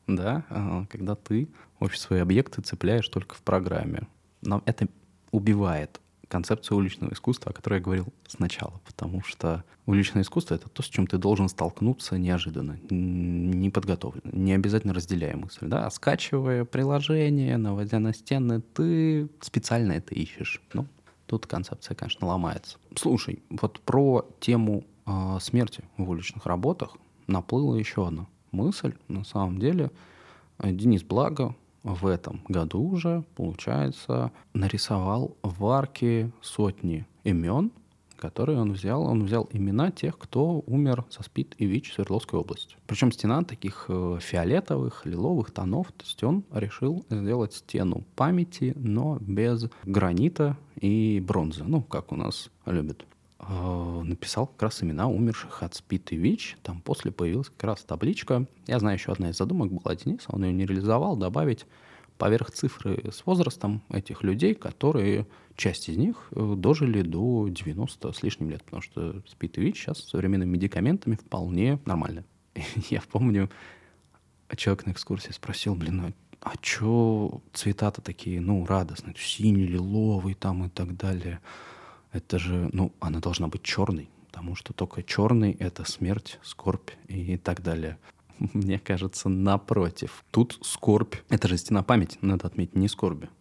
да, когда ты вообще свои объекты цепляешь только в программе. Но это убивает концепцию уличного искусства, о которой я говорил сначала, потому что уличное искусство — это то, с чем ты должен столкнуться неожиданно, неподготовленно, не обязательно разделяя мысль, да, а скачивая приложение, наводя на стены, ты специально это ищешь. Ну, тут концепция, конечно, ломается. Слушай, вот про тему э, смерти в уличных работах наплыла еще одна мысль. На самом деле Денис Благо в этом году уже, получается, нарисовал в арке сотни имен, которые он взял. Он взял имена тех, кто умер со СПИД и ВИЧ в Свердловской области. Причем стена таких фиолетовых, лиловых тонов. То есть он решил сделать стену памяти, но без гранита и бронзы. Ну, как у нас любят. Написал как раз имена умерших от СПИД и ВИЧ. Там после появилась как раз табличка. Я знаю, еще одна из задумок была Дениса, он ее не реализовал, добавить поверх цифры с возрастом этих людей, которые, часть из них, дожили до девяноста с лишним лет, потому что СПИД и ВИЧ сейчас с современными медикаментами вполне нормально. Я помню, человек на экскурсии спросил, блин, а, а чё цвета-то такие, ну, радостные, синий, лиловый там и так далее. Это же, ну, она должна быть черной, потому что только черный — это смерть, скорбь и так далее. Мне кажется, напротив. Тут скорбь — это же стена памяти, надо отметить, не скорби.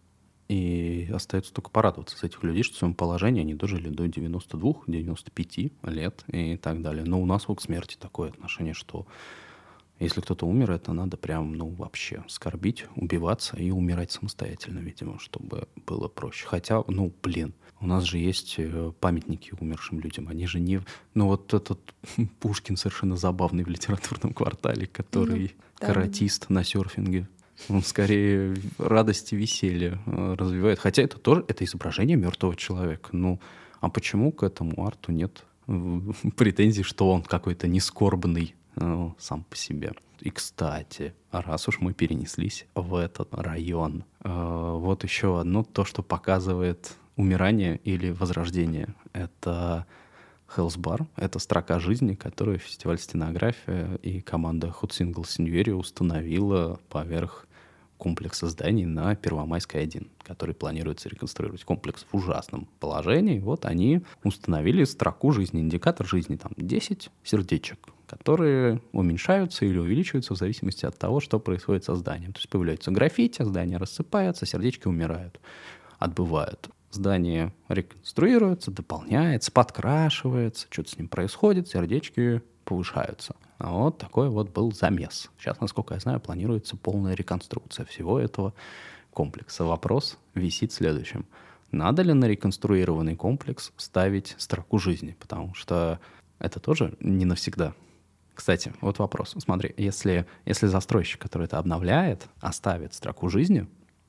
И остается только порадоваться с этих людей, что в своем положении они дожили до девяноста двух — девяноста пяти лет и так далее. Но у нас вот к смерти такое отношение, что если кто-то умер, это надо прям, ну, вообще скорбить, убиваться и умирать самостоятельно, видимо, чтобы было проще. Хотя, ну, блин, у нас же есть памятники умершим людям. Они же не... Ну, вот этот Пушкин совершенно забавный в литературном квартале, который mm, каратист да. на серфинге. Он скорее радость и веселье развивает. Хотя это тоже это изображение мертвого человека. Ну, а почему к этому арту нет претензий, что он какой-то нескорбный ну, сам по себе? И, кстати, раз уж мы перенеслись в этот район, вот еще одно, то, что показывает умирание или возрождение. Это Hell's Bar, это строка жизни, которую фестиваль «Стенография» и команда Hot Single Signoria установила поверх комплекса зданий на Первомайской один, который планируется реконструировать. Комплекс в ужасном положении. Вот они установили строку жизни, индикатор жизни, там десять сердечек, которые уменьшаются или увеличиваются в зависимости от того, что происходит со зданием. То есть появляются граффити, здания рассыпаются, сердечки умирают, отбывают. Здание реконструируется, дополняется, подкрашивается, что-то с ним происходит, сердечки повышаются. А вот такой вот был замес. Сейчас, насколько я знаю, планируется полная реконструкция всего этого комплекса. Вопрос висит следующим. Надо ли на реконструированный комплекс ставить строку жизни? Потому что это тоже не навсегда. Кстати, вот вопрос. Смотри, если, если застройщик, который это обновляет, оставит строку жизни,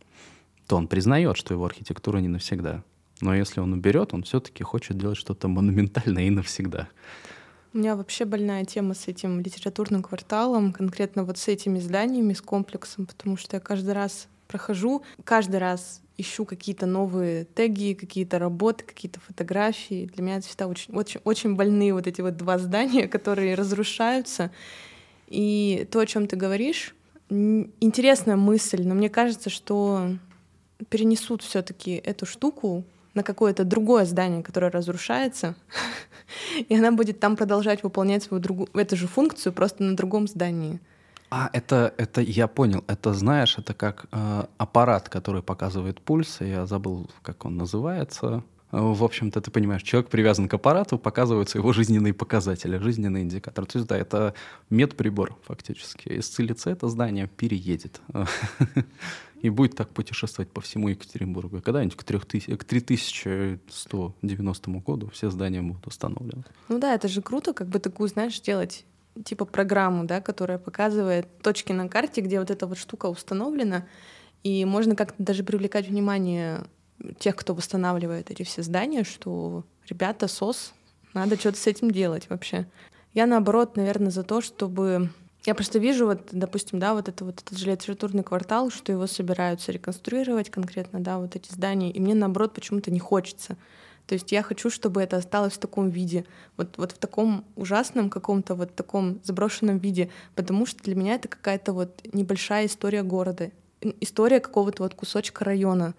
то он признает, что его архитектура не навсегда. Но если он уберет, он все-таки хочет делать что-то монументальное и навсегда. У меня вообще больная тема с этим литературным кварталом, конкретно вот с этими зданиями, с комплексом, потому что я каждый раз прохожу, каждый раз ищу какие-то новые теги, какие-то работы, какие-то фотографии. Для меня это всегда очень, очень, очень больные вот эти вот два здания, которые разрушаются. И то, о чем ты говоришь, интересная мысль, но мне кажется, что перенесут все-таки эту штуку на какое-то другое здание, которое разрушается, и она будет там продолжать выполнять свою другую, эту же функцию, просто на другом здании. А, это, это я понял. Это, знаешь, это как э, аппарат, который показывает пульс. Я забыл, как он называется. в общем-то, ты понимаешь, человек привязан к аппарату, показываются его жизненные показатели, жизненные индикаторы. То есть, да, это медприбор фактически. Исцелится это здание, переедет. И будет так путешествовать по всему Екатеринбургу. И когда-нибудь к три тысячи сто девяностому году все здания будут установлены. Ну да, это же круто, как бы такую, знаешь, делать типа программу, да, которая показывает точки на карте, где вот эта вот штука установлена, и можно как-то даже привлекать внимание тех, кто восстанавливает эти все здания, что, ребята, сос, надо что-то с этим делать вообще. Я, наоборот, наверное, за то, чтобы... Я просто вижу, вот, допустим, да, вот, это, вот этот же литературный квартал, что его собираются реконструировать конкретно, да, вот эти здания, и мне, наоборот, почему-то не хочется. То есть я хочу, чтобы это осталось в таком виде, вот, вот в таком ужасном каком-то вот таком заброшенном виде, потому что для меня это какая-то вот небольшая история города, история какого-то вот кусочка района,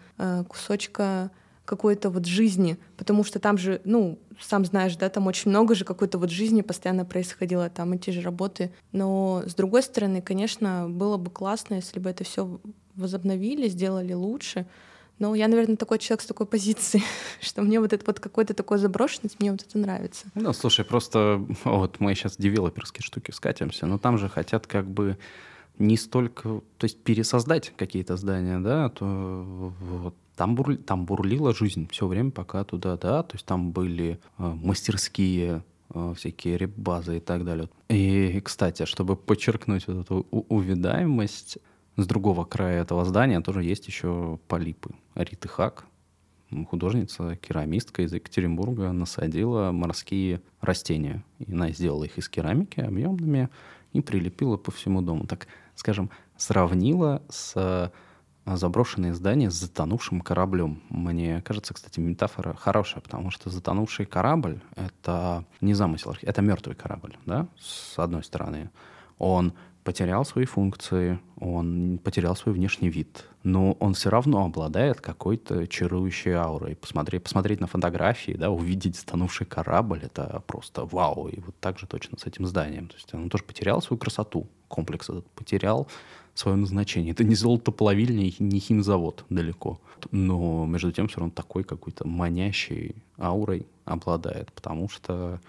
кусочка какой-то вот жизни, потому что там же, ну, сам знаешь, да, там очень много же какой-то вот жизни постоянно происходило, там эти же работы. Но, с другой стороны, конечно, было бы классно, если бы это все возобновили, сделали лучше. Но я, наверное, такой человек с такой позиции, что мне вот это вот какой-то такой заброшенность, мне вот это нравится. Ну, слушай, просто вот мы сейчас девелоперские штуки скатимся, но там же хотят как бы не столько, то есть пересоздать какие-то здания, да, то вот там, бурли, там бурлила жизнь все время, пока туда, да, то есть там были э, мастерские, э, всякие реп-базы и так далее. И, кстати, чтобы подчеркнуть вот эту увядаемость, с другого края этого здания тоже есть еще полипы. Риты Хак, художница, керамистка из Екатеринбурга, насадила морские растения. И она сделала их из керамики объемными и прилепила по всему дому. Так, скажем, сравнила с заброшенные здания с затонувшим кораблем. Мне кажется, кстати, метафора хорошая, потому что затонувший корабль — это не замысел, это мертвый корабль, да, с одной стороны. Он потерял свои функции, он потерял свой внешний вид, но он все равно обладает какой-то чарующей аурой. Посмотреть, посмотреть на фотографии, да, увидеть затонувший корабль — это просто вау. И вот так же точно с этим зданием. То есть он тоже потерял свою красоту, комплекс этот потерял свое назначение. Это не золотоплавильня, не химзавод далеко. Но между тем все равно такой какой-то манящей аурой обладает, потому что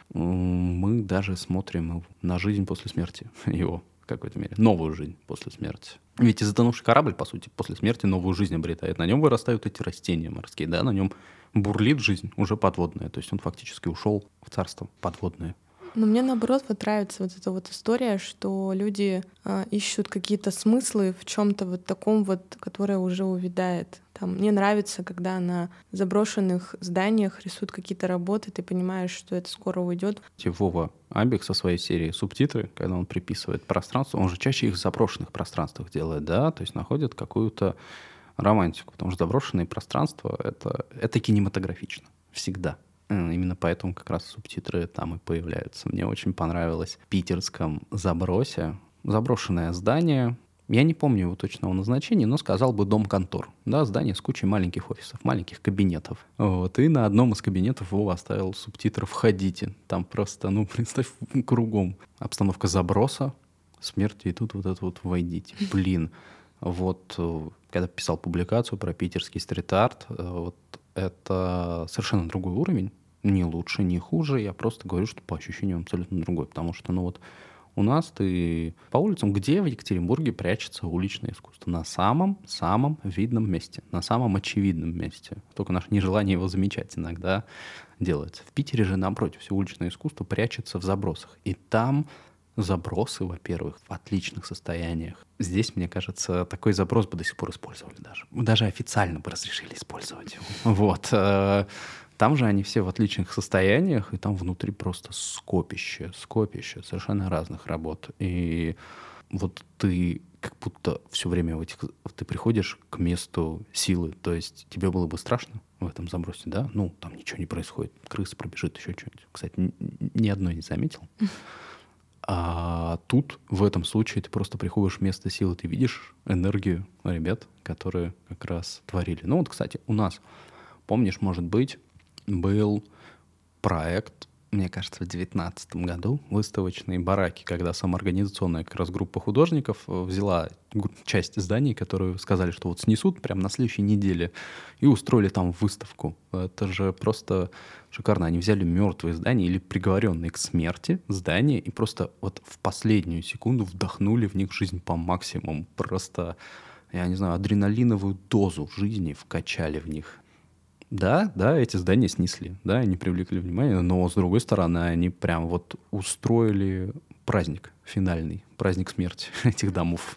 мы даже смотрим на жизнь после смерти его. В какой-то мере. Новую жизнь после смерти. Ведь и затонувший корабль, по сути, после смерти новую жизнь обретает. На нем вырастают эти растения морские, да, на нем бурлит жизнь уже подводная. То есть он фактически ушел в царство подводное. Но мне, наоборот, вот нравится вот эта вот история, что люди э, ищут какие-то смыслы в чем-то вот таком вот, которое уже увядает. Там, мне нравится, когда на заброшенных зданиях рисуют какие-то работы, ты понимаешь, что это скоро уйдет. Вова Абик со своей серией «Субтитры», когда он приписывает пространство, он же чаще их в заброшенных пространствах делает, да, то есть находит какую-то романтику, потому что заброшенные пространства — это, это кинематографично всегда. Именно поэтому как раз субтитры там и появляются. Мне очень понравилось в питерском забросе заброшенное здание. Я не помню его точного назначения, но сказал бы дом-контор. Да, здание с кучей маленьких офисов, маленьких кабинетов. Вот. И на одном из кабинетов Вова оставил субтитры «Входите». Там просто, ну, представь, кругом обстановка заброса, смерти, и тут вот это вот «Войдите». Блин. Вот когда писал публикацию про питерский стрит-арт, вот это совершенно другой уровень. Не лучше, не хуже. Я просто говорю, что по ощущениям абсолютно другой. Потому что, ну вот, у нас ты по улицам, где в Екатеринбурге прячется уличное искусство? На самом-самом видном месте, на самом очевидном месте. Только наше нежелание его замечать иногда делается. В Питере же, напротив, все уличное искусство прячется в забросах. И там забросы, во-первых, в отличных состояниях. Здесь, мне кажется, такой заброс бы до сих пор использовали даже. Мы даже официально бы разрешили использовать его. Вот. Там же они все в отличных состояниях, и там внутри просто скопище, скопище совершенно разных работ. И вот ты как будто все время в этих... Ты приходишь к месту силы, то есть тебе было бы страшно в этом забросе, да? Ну, там ничего не происходит, крыса пробежит, еще что-нибудь. Кстати, ни одной не заметил. А тут, в этом случае, ты просто приходишь в место силы, ты видишь энергию ребят, которые как раз творили. Ну вот, кстати, у нас, помнишь, может быть, был проект мне кажется, в девятнадцатом году выставочные бараки, когда самоорганизационная как раз группа художников взяла часть зданий, которые сказали, что вот снесут прямо на следующей неделе, и устроили там выставку. Это же просто шикарно. Они взяли мертвые здания или приговоренные к смерти здания и просто вот в последнюю секунду вдохнули в них жизнь по максимуму. Просто, я не знаю, адреналиновую дозу жизни вкачали в них. Да, да, эти здания снесли, да, они привлекли внимание, но, с другой стороны, они прям вот устроили праздник финальный, праздник смерти этих домов.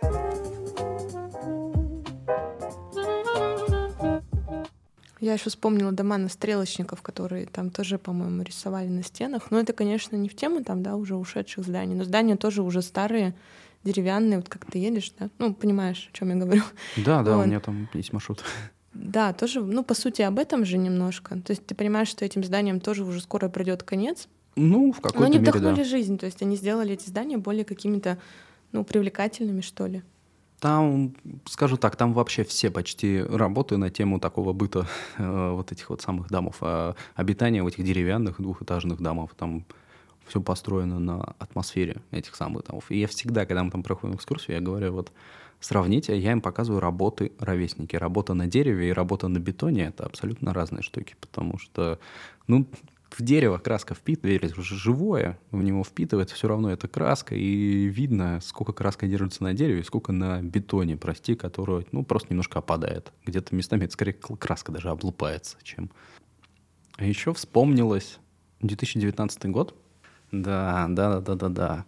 Я еще вспомнила дома на стрелочников, которые там тоже, по-моему, рисовали на стенах. Но это, конечно, не в тему там, да, уже ушедших зданий. Но здания тоже уже старые, деревянные. Вот как ты едешь, да? Ну, понимаешь, о чем я говорю. Да, да, вот. У меня там есть маршрут. Да, тоже, ну, по сути, об этом же немножко. То есть ты понимаешь, что этим зданиям тоже уже скоро придет конец. Ну, в какой-то мере, да. Но они мере, вдохнули да. жизнь, то есть они сделали эти здания более какими-то, ну, привлекательными, что ли. Там, скажу так, там вообще все почти работы на тему такого быта э, вот этих вот самых домов. А обитание в этих деревянных двухэтажных домов, там все построено на атмосфере этих самых домов. И я всегда, когда мы там проходим экскурсию, я говорю, вот сравните, я им показываю работы ровесники. Работа на дереве и работа на бетоне — это абсолютно разные штуки, потому что, ну, в дерево краска впитывает, живое, в него впитывается все равно эта краска, и видно, сколько краска держится на дереве, сколько на бетоне, прости, которая, ну, просто немножко опадает. Где-то местами это скорее краска даже облупается, чем... А еще вспомнилось две тысячи девятнадцатый год. Да, да, да, да, да.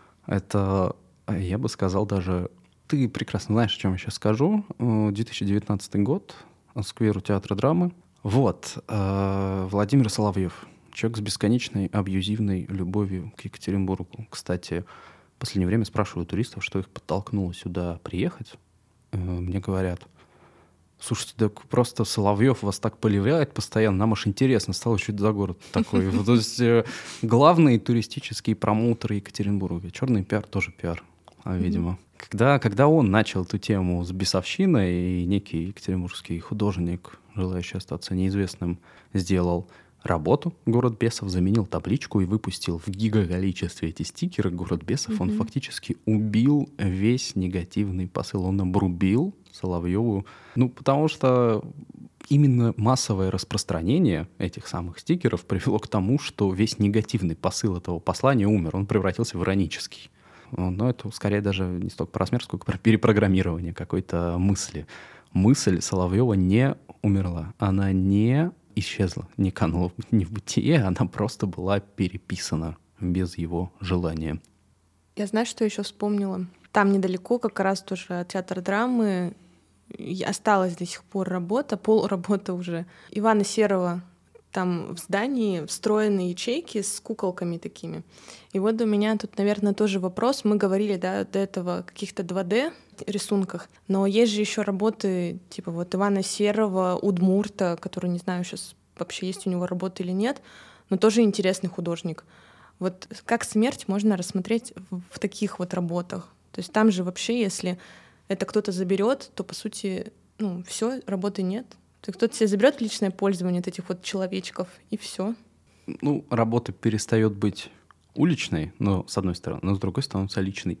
Это, я бы сказал, даже... Ты прекрасно знаешь, о чем я сейчас скажу. две тысячи девятнадцатый год, сквер у театра драмы. Вот, э, Владимир Соловьев, человек с бесконечной абьюзивной любовью к Екатеринбургу. Кстати, в последнее время спрашиваю туристов, что их подтолкнуло сюда приехать. Э, мне говорят, слушайте, так просто Соловьев вас так поливает постоянно, нам аж интересно стало, что это за город такой. То есть главные туристические промоутеры Екатеринбурга. Черный пиар тоже пиар, видимо. Когда, когда он начал эту тему с бесовщиной, и некий екатеринбургский художник, желающий остаться неизвестным, сделал работу «Город бесов», заменил табличку и выпустил в гигаколичестве эти стикеры «Город бесов», mm-hmm. он фактически убил весь негативный посыл. Он обрубил Соловьеву. Ну, потому что именно массовое распространение этих самых стикеров привело к тому, что весь негативный посыл этого послания умер. Он превратился в иронический. Но это скорее даже не столько про смерть, сколько про перепрограммирование какой-то мысли. Мысль Соловьева не умерла. Она не исчезла, не канула не в бытие, она просто была переписана без его желания. Я знаю, что еще вспомнила. Там недалеко как раз тоже театр драмы. Осталась до сих пор работа, полработа уже. Ивана Серова. Там в здании встроены ячейки с куколками такими. И вот у меня тут, наверное, тоже вопрос. Мы говорили, да, до этого о каких-то два дэ рисунках, но есть же еще работы типа вот Ивана Серова, Удмурта, который, не знаю, сейчас вообще есть у него работа или нет, но тоже интересный художник. Вот как смерть можно рассмотреть в, в таких вот работах? То есть там же вообще, если это кто-то заберет, то, по сути, ну, все, работы нет. То кто-то себе заберет в личное пользование вот этих вот человечков, и все. Ну, работа перестает быть уличной, но с одной стороны, но с другой становится личной.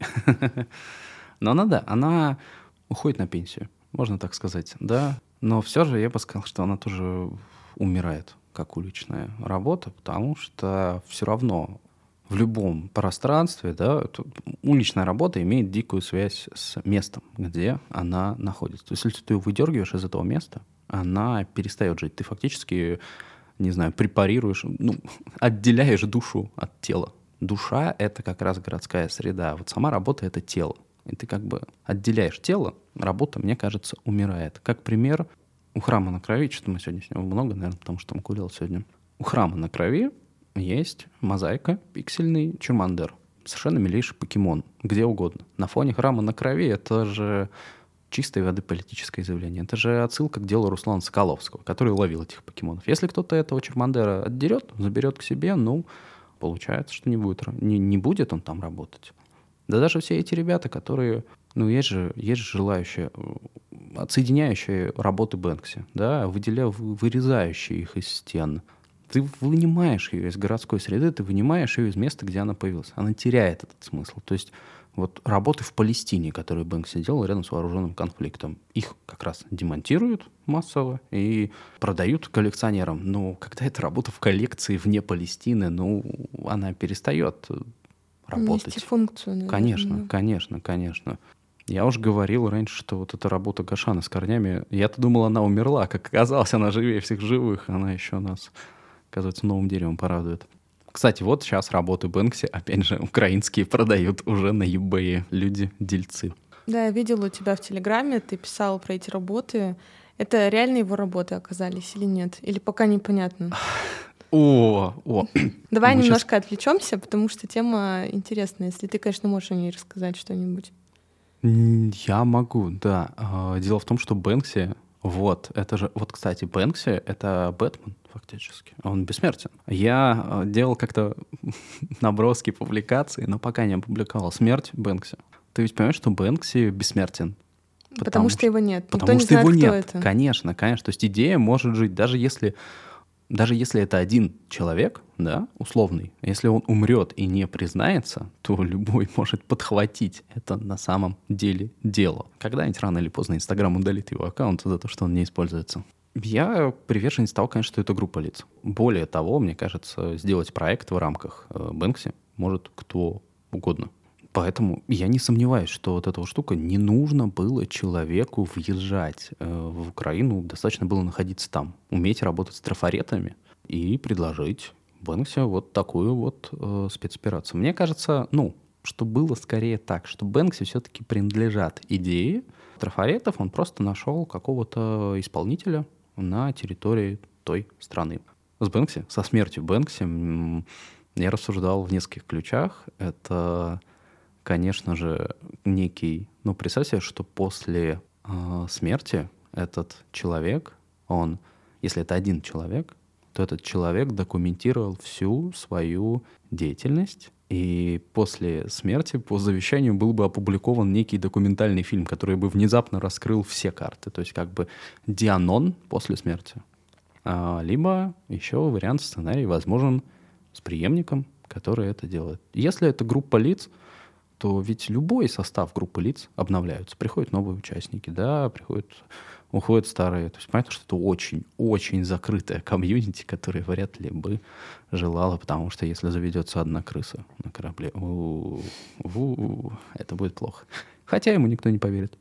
Но она, да, она уходит на пенсию, можно так сказать, да. Но все же я бы сказал, что она тоже умирает, как уличная работа, потому что все равно в любом пространстве, да, уличная работа имеет дикую связь с местом, где она находится. То есть если ты ее выдергиваешь из этого места, она перестает жить. Ты фактически, не знаю, препарируешь, ну, отделяешь душу от тела. Душа — это как раз городская среда. Вот сама работа — это тело. И ты как бы отделяешь тело, работа, мне кажется, умирает. Как пример, у храма на Крови, что-то мы сегодня с него много, наверное, потому что Макулел сегодня. У храма на Крови есть мозаика, пиксельный Чармандер. Совершенно милейший покемон. Где угодно. На фоне храма на Крови это же чистой воды политическое заявление. Это же отсылка к делу Руслана Соколовского, который ловил этих покемонов. Если кто-то этого Чармандера отдерет, заберет к себе, ну, получается, что не будет, не, не будет он там работать. Да даже все эти ребята, которые... Ну, есть же, есть же желающие, отсоединяющие работы Бэнкси, да, выделя, вырезающие их из стен. ты вынимаешь ее из городской среды, ты вынимаешь ее из места, где она появилась. Она теряет этот смысл. То есть вот работы в Палестине, которые Бэнкси делал рядом с вооруженным конфликтом, их как раз демонтируют массово и продают коллекционерам. Но когда эта работа в коллекции вне Палестины, ну, она перестает работать. Нести функцию, наверное. Конечно, конечно, конечно. Я уже говорил раньше, что вот эта работа Гошана с корнями, я-то думал, она умерла, как оказалось, она живее всех живых, она еще нас, оказывается, новым деревом порадует. Кстати, вот сейчас работы Бэнкси, опять же, украинские продают уже на eBay люди-дельцы. Да, я видела у тебя в Телеграме, ты писал про эти работы. Это реально его работы оказались или нет? Или пока непонятно? О, о. Давай Мы немножко сейчас... отвлечемся, потому что тема интересная. Если ты, конечно, можешь о ней рассказать что-нибудь. Я могу, да. Дело в том, что Бэнкси, вот, это же, вот, кстати, Бэнкси — это Бэтмен, фактически. Он бессмертен. Я делал как-то наброски публикаций, но пока не опубликовал. Смерть Бэнкси. Ты ведь понимаешь, что Бэнкси бессмертен? Потому, потому что, что его нет. Потому Никто что не знает, его кто нет. Это. Конечно, конечно. То есть идея может жить, даже если... Даже если это один человек, да, условный, если он умрет и не признается, то любой может подхватить это на самом деле дело. Когда-нибудь рано или поздно Инстаграм удалит его аккаунт за то, что он не используется. Я приверженец того, конечно, что это группа лиц. Более того, мне кажется, сделать проект в рамках Бэнкси может кто угодно. Поэтому я не сомневаюсь, что вот эта штука, не нужно было человеку въезжать в Украину, достаточно было находиться там, уметь работать с трафаретами и предложить Бэнкси вот такую вот э, спецоперацию. Мне кажется, ну, что было скорее так, что Бэнкси все-таки принадлежат идее трафаретов, он просто нашел какого-то исполнителя на территории той страны. С Бэнкси, со смертью Бэнкси я рассуждал в нескольких ключах. Это... Конечно же, некий... Ну, представь себе, что после э, смерти этот человек, он... Если это один человек, то этот человек документировал всю свою деятельность, и после смерти, по завещанию, был бы опубликован некий документальный фильм, который бы внезапно раскрыл все карты. То есть как бы Дианон после смерти. А, либо еще вариант сценария возможен с преемником, который это делает. Если это группа лиц, то ведь любой состав группы лиц обновляются. Приходят новые участники, да, приходят, уходят старые. То есть понятно, что это очень-очень закрытая комьюнити, которая вряд ли бы желала, потому что если заведется одна крыса на корабле, у-у-у, это будет плохо. Хотя ему никто не поверит.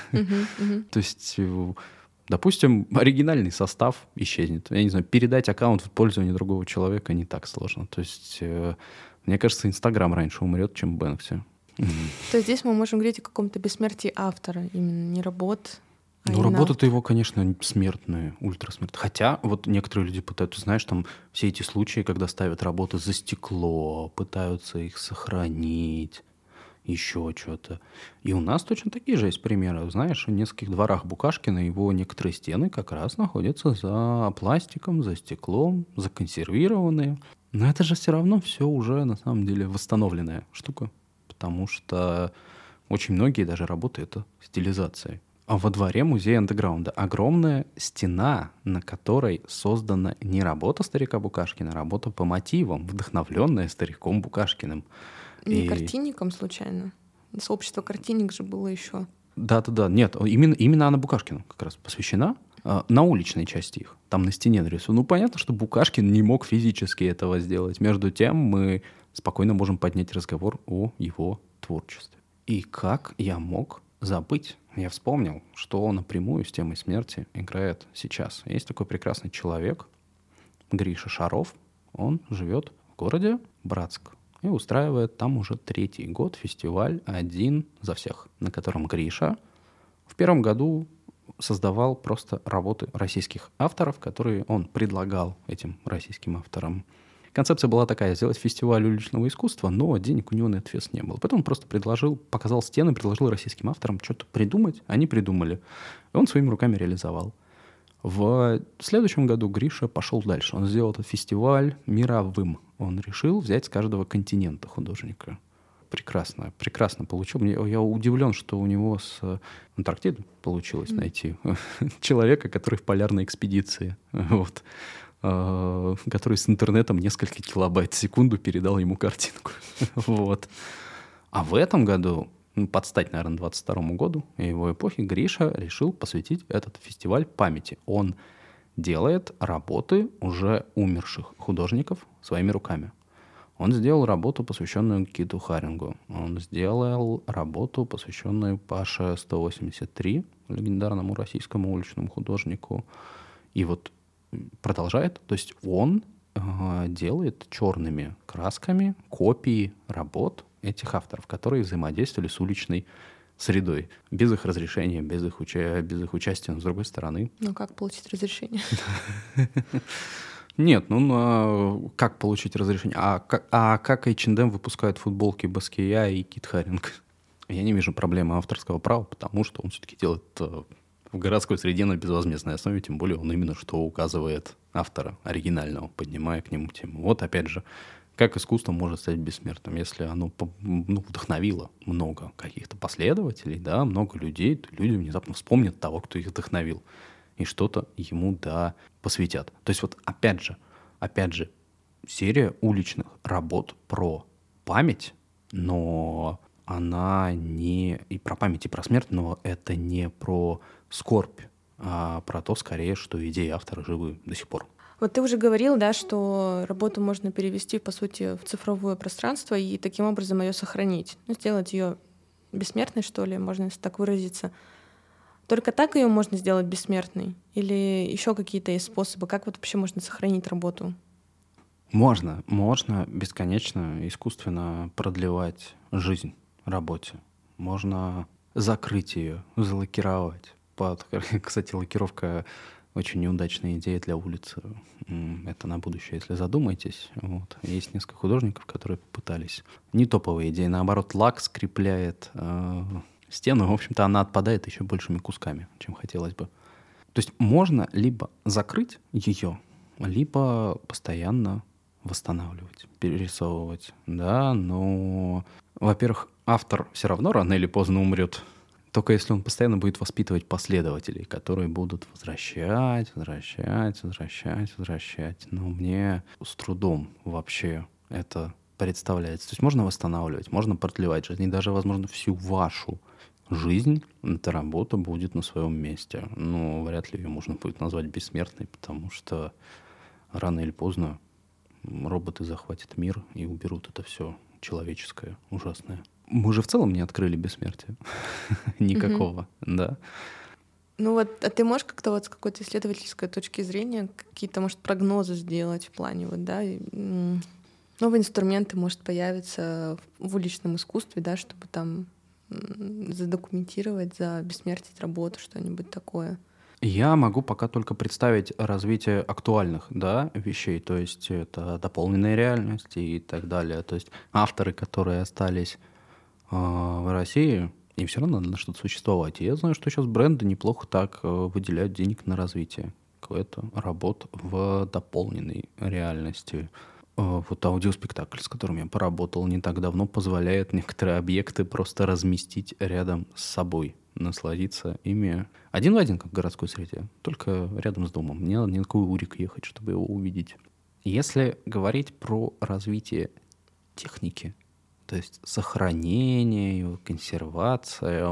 То есть, допустим, оригинальный состав исчезнет. Я не знаю, передать аккаунт в пользование другого человека не так сложно. То есть, мне кажется, Инстаграм раньше умрет, чем Бэнкси. Mm-hmm. То есть здесь мы можем говорить о каком-то бессмертии автора, именно не работ. А ну, работа-то его, конечно, смертная, ультрасмертная. Хотя вот некоторые люди пытаются, знаешь, там все эти случаи, когда ставят работы за стекло, пытаются их сохранить, еще что-то. И у нас точно такие же есть примеры. Знаешь, в нескольких дворах Букашкина его некоторые стены как раз находятся за пластиком, за стеклом, законсервированные. Но это же все равно все уже на самом деле восстановленная штука. Потому что очень многие даже работы — это стилизация. А во дворе музея андеграунда огромная стена, на которой создана не работа старика Букашкина, а работа по мотивам, вдохновленная стариком Букашкиным. Не И... картинником случайно? Сообщество картинник же было еще. Да-да-да, нет, именно, именно Анна Букашкина как раз посвящена. На уличной части их, там на стене нарисовано. Ну, понятно, что Букашкин не мог физически этого сделать. Между тем мы спокойно можем поднять разговор о его творчестве. И как я мог забыть? Я вспомнил, что напрямую с темой смерти играет сейчас. Есть такой прекрасный человек, Гриша Шаров. Он живет в городе Братск и устраивает там уже третий год фестиваль «Один за всех», на котором Гриша в первом году создавал просто работы российских авторов, которые он предлагал этим российским авторам. Концепция была такая: сделать фестиваль уличного искусства, но денег у него на этот фест не было. Потом он просто предложил, показал стены, предложил российским авторам что-то придумать. Они придумали. И он своими руками реализовал. В следующем году Гриша пошел дальше. Он сделал этот фестиваль мировым. Он решил взять с каждого континента художника. Прекрасно, прекрасно получил. Мне, я удивлен, что у него с Антарктиды получилось mm. найти человека, который в полярной экспедиции. Вот. э, который с интернетом несколько килобайт в секунду передал ему картинку. Вот. А в этом году, под стать, наверное, двадцать второму году, его эпохи, Гриша решил посвятить этот фестиваль памяти. Он делает работы уже умерших художников своими руками. Он сделал работу, посвященную Киту Харингу. Он сделал работу, посвященную Паше сто восемьдесят три, легендарному российскому уличному художнику. И вот продолжает. То есть он э, делает черными красками копии работ этих авторов, которые взаимодействовали с уличной средой. Без их разрешения, без их, уча... без их участия, но с другой стороны. Ну как получить разрешение? Нет, ну на... как получить разрешение? А как, а как эйч энд эм выпускают футболки Баския и Кит Харинг? Я не вижу проблемы авторского права, потому что он все-таки делает в городской среде на безвозмездной основе, тем более он именно что указывает автора оригинального, поднимая к нему тему. Вот опять же, как искусство может стать бессмертным, если оно ну, вдохновило много каких-то последователей, да, много людей, то люди внезапно вспомнят того, кто их вдохновил, и что-то ему, да, посвятят. То есть вот опять же, опять же, серия уличных работ про память, но она не и про память, и про смерть, но это не про скорбь, а про то, скорее, что идеи автора живы до сих пор. Вот ты уже говорил, да, что работу можно перевести, по сути, в цифровое пространство и таким образом ее сохранить. Ну, сделать ее бессмертной, что ли, можно если так выразиться. Только так ее можно сделать бессмертной? Или еще какие-то есть способы? Как вот вообще можно сохранить работу? Можно, можно бесконечно искусственно продлевать жизнь работе. Можно закрыть ее, залакировать. Под... Кстати, лакировка очень неудачная идея для улицы. Это на будущее, если задумаетесь. Вот. Есть несколько художников, которые попытались. Не топовая идея, наоборот, лак скрепляет э, стену. В общем-то, она отпадает еще большими кусками, чем хотелось бы. То есть можно либо закрыть ее, либо постоянно восстанавливать, перерисовывать. Да, но, во-первых, автор все равно рано или поздно умрет. Только если он постоянно будет воспитывать последователей, которые будут возвращать, возвращать, возвращать, возвращать. Но мне с трудом вообще это представляется. То есть можно восстанавливать, можно продлевать жизнь. И даже, возможно, всю вашу жизнь эта работа будет на своем месте. Но вряд ли ее можно будет назвать бессмертной, потому что рано или поздно роботы захватят мир и уберут это все человеческое, ужасное. Мы же в целом не открыли бессмертие. Никакого, да. Ну вот, а ты можешь как-то вот с какой-то исследовательской точки зрения какие-то, может, прогнозы сделать в плане вот, да, новые инструменты, может, появиться в уличном искусстве, да, чтобы там задокументировать, забессмертить работу, что-нибудь такое? Я могу пока только представить развитие актуальных, да, вещей, то есть это дополненная реальность и так далее. То есть авторы, которые остались э, в России, им все равно надо на что-то существовать. И я знаю, что сейчас бренды неплохо так э, выделяют денег на развитие какой-то работ в дополненной реальности. Э, вот аудиоспектакль, с которым я поработал не так давно, позволяет некоторые объекты просто разместить рядом с собой, насладиться ими один в один, как в городской среде, только рядом с домом. Не надо ни на какой Урик ехать, чтобы его увидеть. Если говорить про развитие техники, то есть сохранение его, консервация,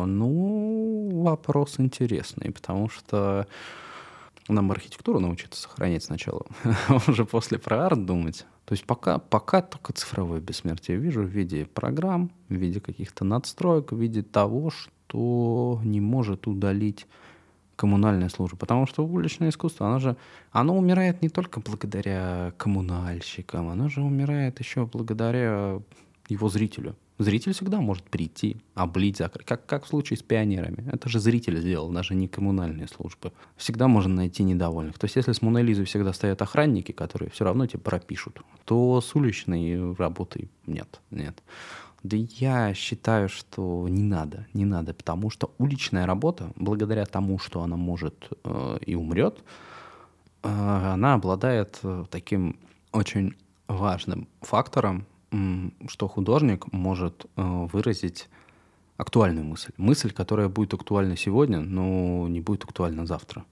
ну, вопрос интересный, потому что нам архитектуру научиться сохранять сначала, а уже после про арт думать. То есть пока, пока только цифровое бессмертие вижу в виде программ, в виде каких-то надстроек, в виде того, что не может удалить коммунальная служба. Потому что уличное искусство, оно же оно умирает не только благодаря коммунальщикам, оно же умирает еще благодаря его зрителю. Зритель всегда может прийти, облить, закрыть. Как, как в случае с пионерами. Это же зритель сделал, даже не коммунальные службы. Всегда можно найти недовольных. То есть если с Моной Лизой всегда стоят охранники, которые все равно тебе пропишут, то с уличной работой нет, нет. Да я считаю, что не надо, не надо, потому что уличная работа, благодаря тому, что она может э, и умрет, э, она обладает э, таким очень важным фактором, э, что художник может э, выразить актуальную мысль. Мысль, которая будет актуальна сегодня, но не будет актуальна завтра.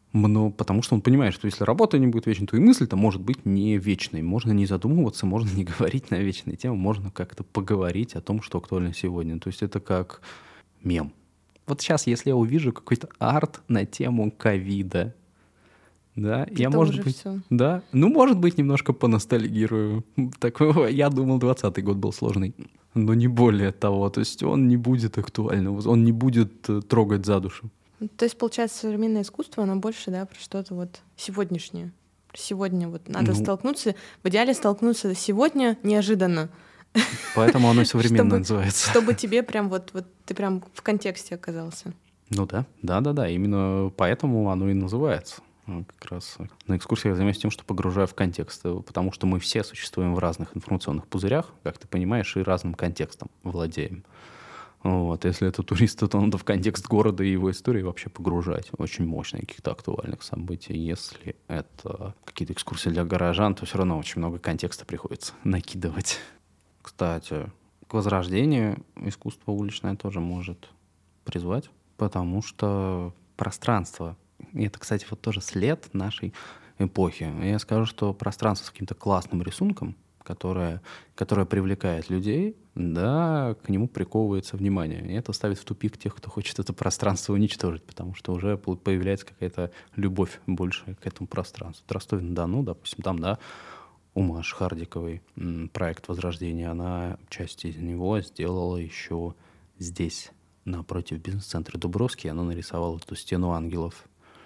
Но потому что он понимает, что если работа не будет вечной, то и мысль-то может быть не вечной. Можно не задумываться, можно не говорить на вечные темы, можно как-то поговорить о том, что актуально сегодня. То есть это как мем. Вот сейчас, если я увижу какой-то арт на тему ковида, да, это я, может быть, всё. да, ну, может быть, немножко поностальгирую. Такого, я думал, двадцатый год был сложный, но не более того. То есть он не будет актуальным, он не будет трогать за душу. То есть, получается, современное искусство, оно больше, да, про что-то вот сегодняшнее. Сегодня вот надо Ну, столкнуться, в идеале столкнуться сегодня неожиданно. поэтому оно современно Чтобы- называется. Чтобы тебе прям вот, вот ты прям в контексте оказался. Ну да, да-да-да, именно поэтому оно и называется. Ну, как раз на экскурсиях я занимаюсь тем, что погружаю в контекст, э, потому что мы все существуем в разных информационных пузырях, как ты понимаешь, и разным контекстом владеем. Вот. Если это туристы, то надо в контекст города и его истории вообще погружать. Очень мощно каких-то актуальных событий. Если это какие-то экскурсии для горожан, то все равно очень много контекста приходится накидывать. Кстати, к возрождению искусство уличное тоже может призвать, потому что пространство, и это, кстати, вот тоже след нашей эпохи. Я скажу, что пространство с каким-то классным рисунком, которое, которое привлекает людей, да, к нему приковывается внимание. И это ставит в тупик тех, кто хочет это пространство уничтожить, потому что уже по- появляется какая-то любовь большая к этому пространству. В Ростове-на-Дону, допустим, там, да, у Маши Хардиковой м, проект «Возрождение», она часть из него сделала еще здесь, напротив бизнес-центра Дубровский. Она нарисовала эту стену ангелов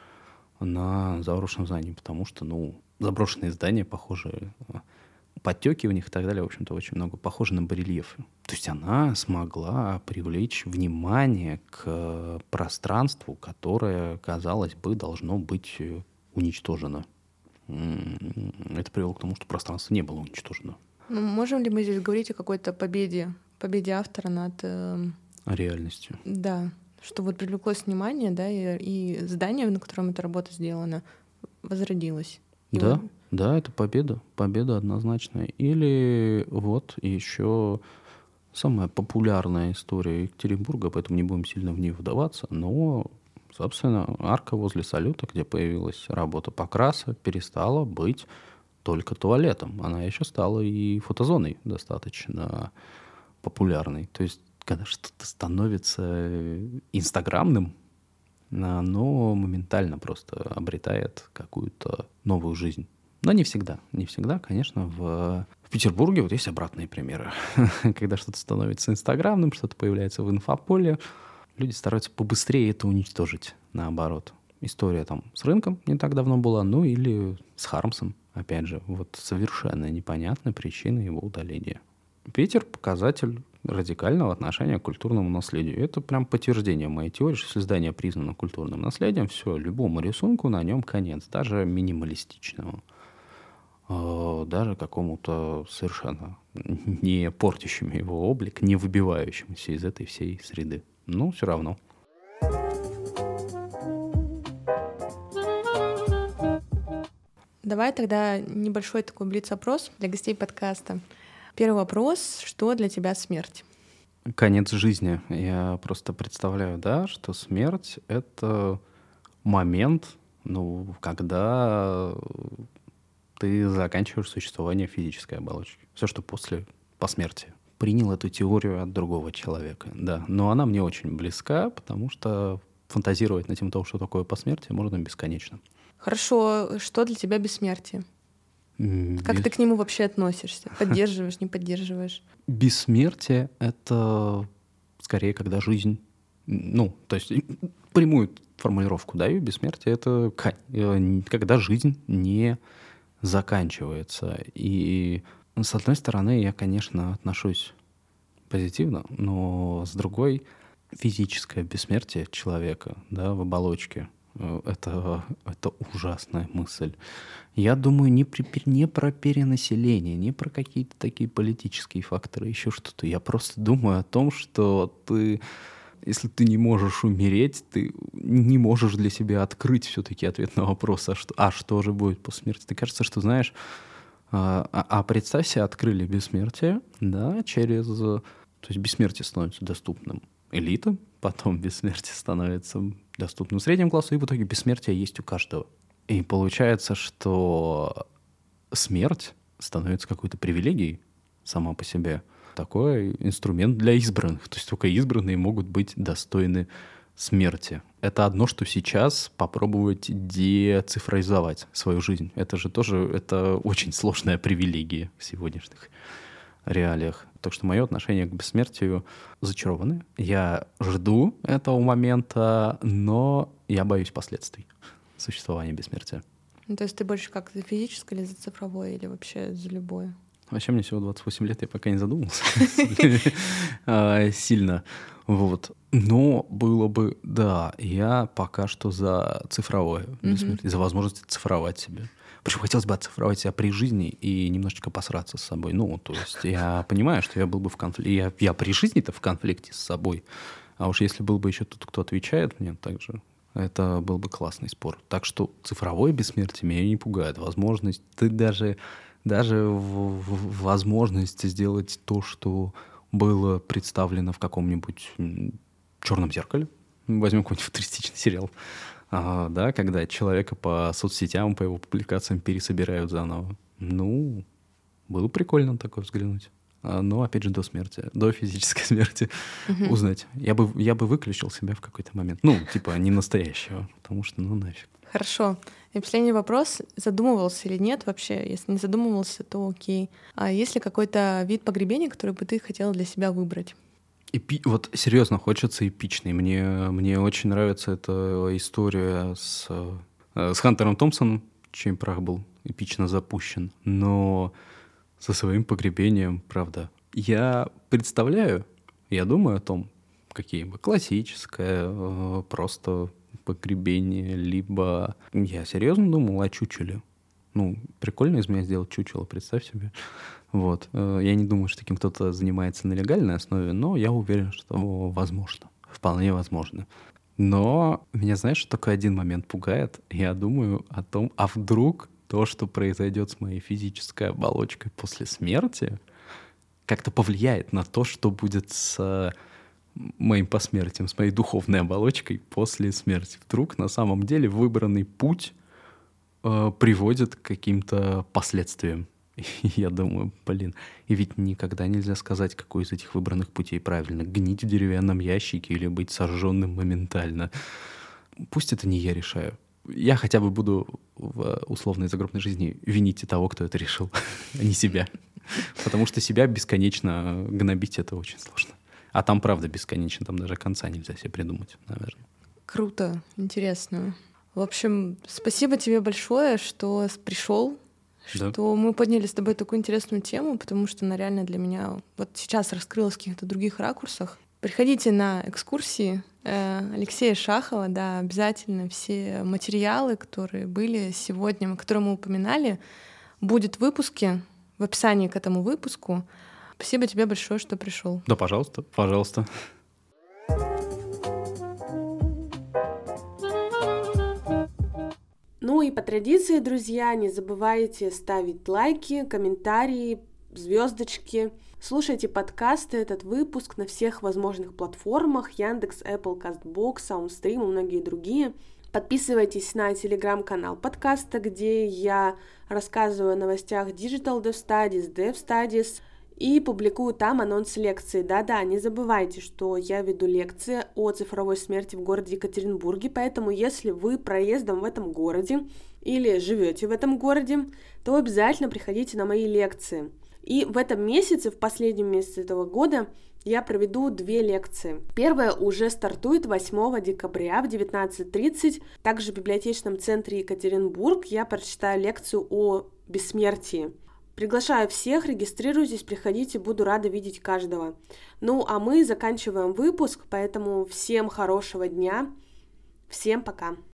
на заброшенном здании, потому что, ну, заброшенные здания похожи, подтеки в них и так далее, в общем-то, очень много похожи на барельефы. То есть она смогла привлечь внимание к пространству, которое, казалось бы, должно быть уничтожено. М, Это привело к тому, что пространство не было уничтожено. Ну, можем ли мы здесь говорить о какой-то победе, победе автора над, эм, Реальностью. да, что вот привлеклось внимание, да, и, и здание, на котором эта работа сделана, возродилось. И Да, вот- да, это победа, победа однозначная. Или вот еще самая популярная история Екатеринбурга, поэтому не будем сильно в нее вдаваться, но, собственно, арка возле Салюта, где появилась работа Покраса, перестала быть только туалетом. Она еще стала и фотозоной достаточно популярной. То есть, когда что-то становится инстаграмным, оно моментально просто обретает какую-то новую жизнь. Но не всегда. Не всегда, конечно, в, в Петербурге вот есть обратные примеры. Когда что-то становится инстаграмным, что-то появляется в инфополе, люди стараются побыстрее это уничтожить, наоборот. История там с рынком не так давно была, ну или с Хармсом, опять же, вот совершенно непонятная причина его удаления. Питер — показатель радикального отношения к культурному наследию. Это прям подтверждение моей теории, что если здание признано культурным наследием, все, любому рисунку на нем конец, даже минималистичному, э, даже какому-то совершенно не портящему его облик, не выбивающемуся из этой всей среды. Но все равно. Давай тогда небольшой такой блиц-опрос для гостей подкаста. Первый вопрос. Что для тебя смерть? Конец жизни. Я просто представляю, да, что смерть — это момент, ну, когда ты заканчиваешь существование физической оболочки. Все, что после посмертия. Принял эту теорию от другого человека, да. Но она мне очень близка, потому что фантазировать на тему того, что такое посмертие, можно бесконечно. Хорошо. Что для тебя бессмертие? М, Как без- ты к нему вообще относишься? Поддерживаешь, не поддерживаешь? Бессмертие — это скорее, когда жизнь... Ну, то есть прямую формулировку даю. Бессмертие — это ка- э, когда жизнь не заканчивается. И, с одной стороны, я, конечно, отношусь позитивно, но с другой, физическое бессмертие человека, да, в оболочке э, — это, это ужасная мысль. Я думаю не, при, пер- не про перенаселение, не про какие-то такие политические факторы, еще что-то. Я просто думаю о том, что ты, если ты не можешь умереть, ты не можешь для себя открыть все-таки ответ на вопрос, а что, а что же будет после смерти. Ты кажется, что знаешь, а, а- а представь себе, открыли бессмертие, да, через... То есть бессмертие становится доступным элита, потом бессмертие становится доступным среднему классу, и в итоге бессмертие есть у каждого. И получается, что смерть становится какой-то привилегией сама по себе. Такой инструмент для избранных. То есть только избранные могут быть достойны смерти. Это одно, что сейчас попробовать децифровизовать свою жизнь. Это же тоже это очень сложная привилегия в сегодняшних реалиях. Так что мое отношение к бессмертию зачарованное. Я жду этого момента, но я боюсь последствий существования бессмертия. Ну, то есть ты больше как за физическое или за цифровое, или вообще за любое? Вообще мне всего двадцать восемь лет, я пока не задумался сильно. Вот. Но было бы, да, я пока что за цифровое бессмертие, за возможность цифровать себя. Причем хотелось бы оцифровать себя при жизни и немножечко посраться с собой. Ну, то есть я понимаю, что я был бы в конфликте. Я, я при жизни-то в конфликте с собой. А уж если был бы еще тот, кто отвечает мне, также это был бы классный спор. Так что цифровое бессмертие меня не пугает. Возможность, ты даже, даже в, в, возможность сделать то, что было представлено в каком-нибудь «Черном зеркале». Возьмем какой-нибудь футуристичный сериал. А, да, когда человека по соцсетям, по его публикациям пересобирают заново. Ну, было прикольно такое взглянуть. А, но, опять же, до смерти, до физической смерти uh-huh. узнать. Я бы, я бы выключил себя в какой-то момент. Ну, типа, не настоящего, потому что, ну, нафиг. Хорошо. И последний вопрос. Задумывался или нет вообще? Если не задумывался, то окей. А есть ли какой-то вид погребения, который бы ты хотела для себя выбрать? Эпи... Вот серьезно, хочется эпичный. Мне, мне очень нравится эта история с, с Хантером Томпсоном, чей прах был эпично запущен. Но со своим погребением, правда. Я представляю, я думаю о том, какие бы классическое, просто погребение, либо... Я серьезно думал о чучеле. Ну, прикольно из меня сделать чучело, представь себе. Вот. Я не думаю, что таким кто-то занимается на легальной основе, но я уверен, что возможно. Вполне возможно. Но меня, знаешь, только один момент пугает. Я думаю о том, а вдруг то, что произойдет с моей физической оболочкой после смерти, как-то повлияет на то, что будет с моим посмертием, с моей духовной оболочкой после смерти. Вдруг на самом деле выбранный путь э, приводит к каким-то последствиям. И я думаю, блин, и ведь никогда нельзя сказать, какой из этих выбранных путей правильно. Гнить в деревянном ящике или быть сожженным моментально. Пусть это не я решаю. Я хотя бы буду в условной загробной жизни винить и того, кто это решил, а не себя. Потому что себя бесконечно гнобить — это очень сложно. А там, правда, бесконечно, там даже конца нельзя себе придумать, наверное. Круто, интересно. В общем, спасибо тебе большое, что пришел, да. Что мы подняли с тобой такую интересную тему, потому что она реально для меня вот сейчас раскрылась в каких-то других ракурсах. Приходите на экскурсии э, Алексея Шахова, да, обязательно все материалы, которые были сегодня, которые мы упоминали, будут в выпуске, в описании к этому выпуску. Спасибо тебе большое, что пришел. Да, пожалуйста, пожалуйста. Ну и по традиции, друзья, не забывайте ставить лайки, комментарии, звездочки. Слушайте подкасты, этот выпуск на всех возможных платформах: Яндекс, Apple, Castbox, Soundstream и многие другие. Подписывайтесь на телеграм-канал подкаста, где я рассказываю о новостях Digital Dev Studies, Dev Studies и публикую там анонс лекции. Да-да, не забывайте, что я веду лекции о цифровой смерти в городе Екатеринбурге, поэтому если вы проездом в этом городе или живете в этом городе, то обязательно приходите на мои лекции. И в этом месяце, в последнем месяце этого года, я проведу две лекции. Первая уже стартует восьмого декабря в девятнадцать тридцать. Также в библиотечном центре Екатеринбург я прочитаю лекцию о бессмертии. Приглашаю всех, регистрируйтесь, приходите, буду рада видеть каждого. Ну, а мы заканчиваем выпуск, поэтому всем хорошего дня, всем пока!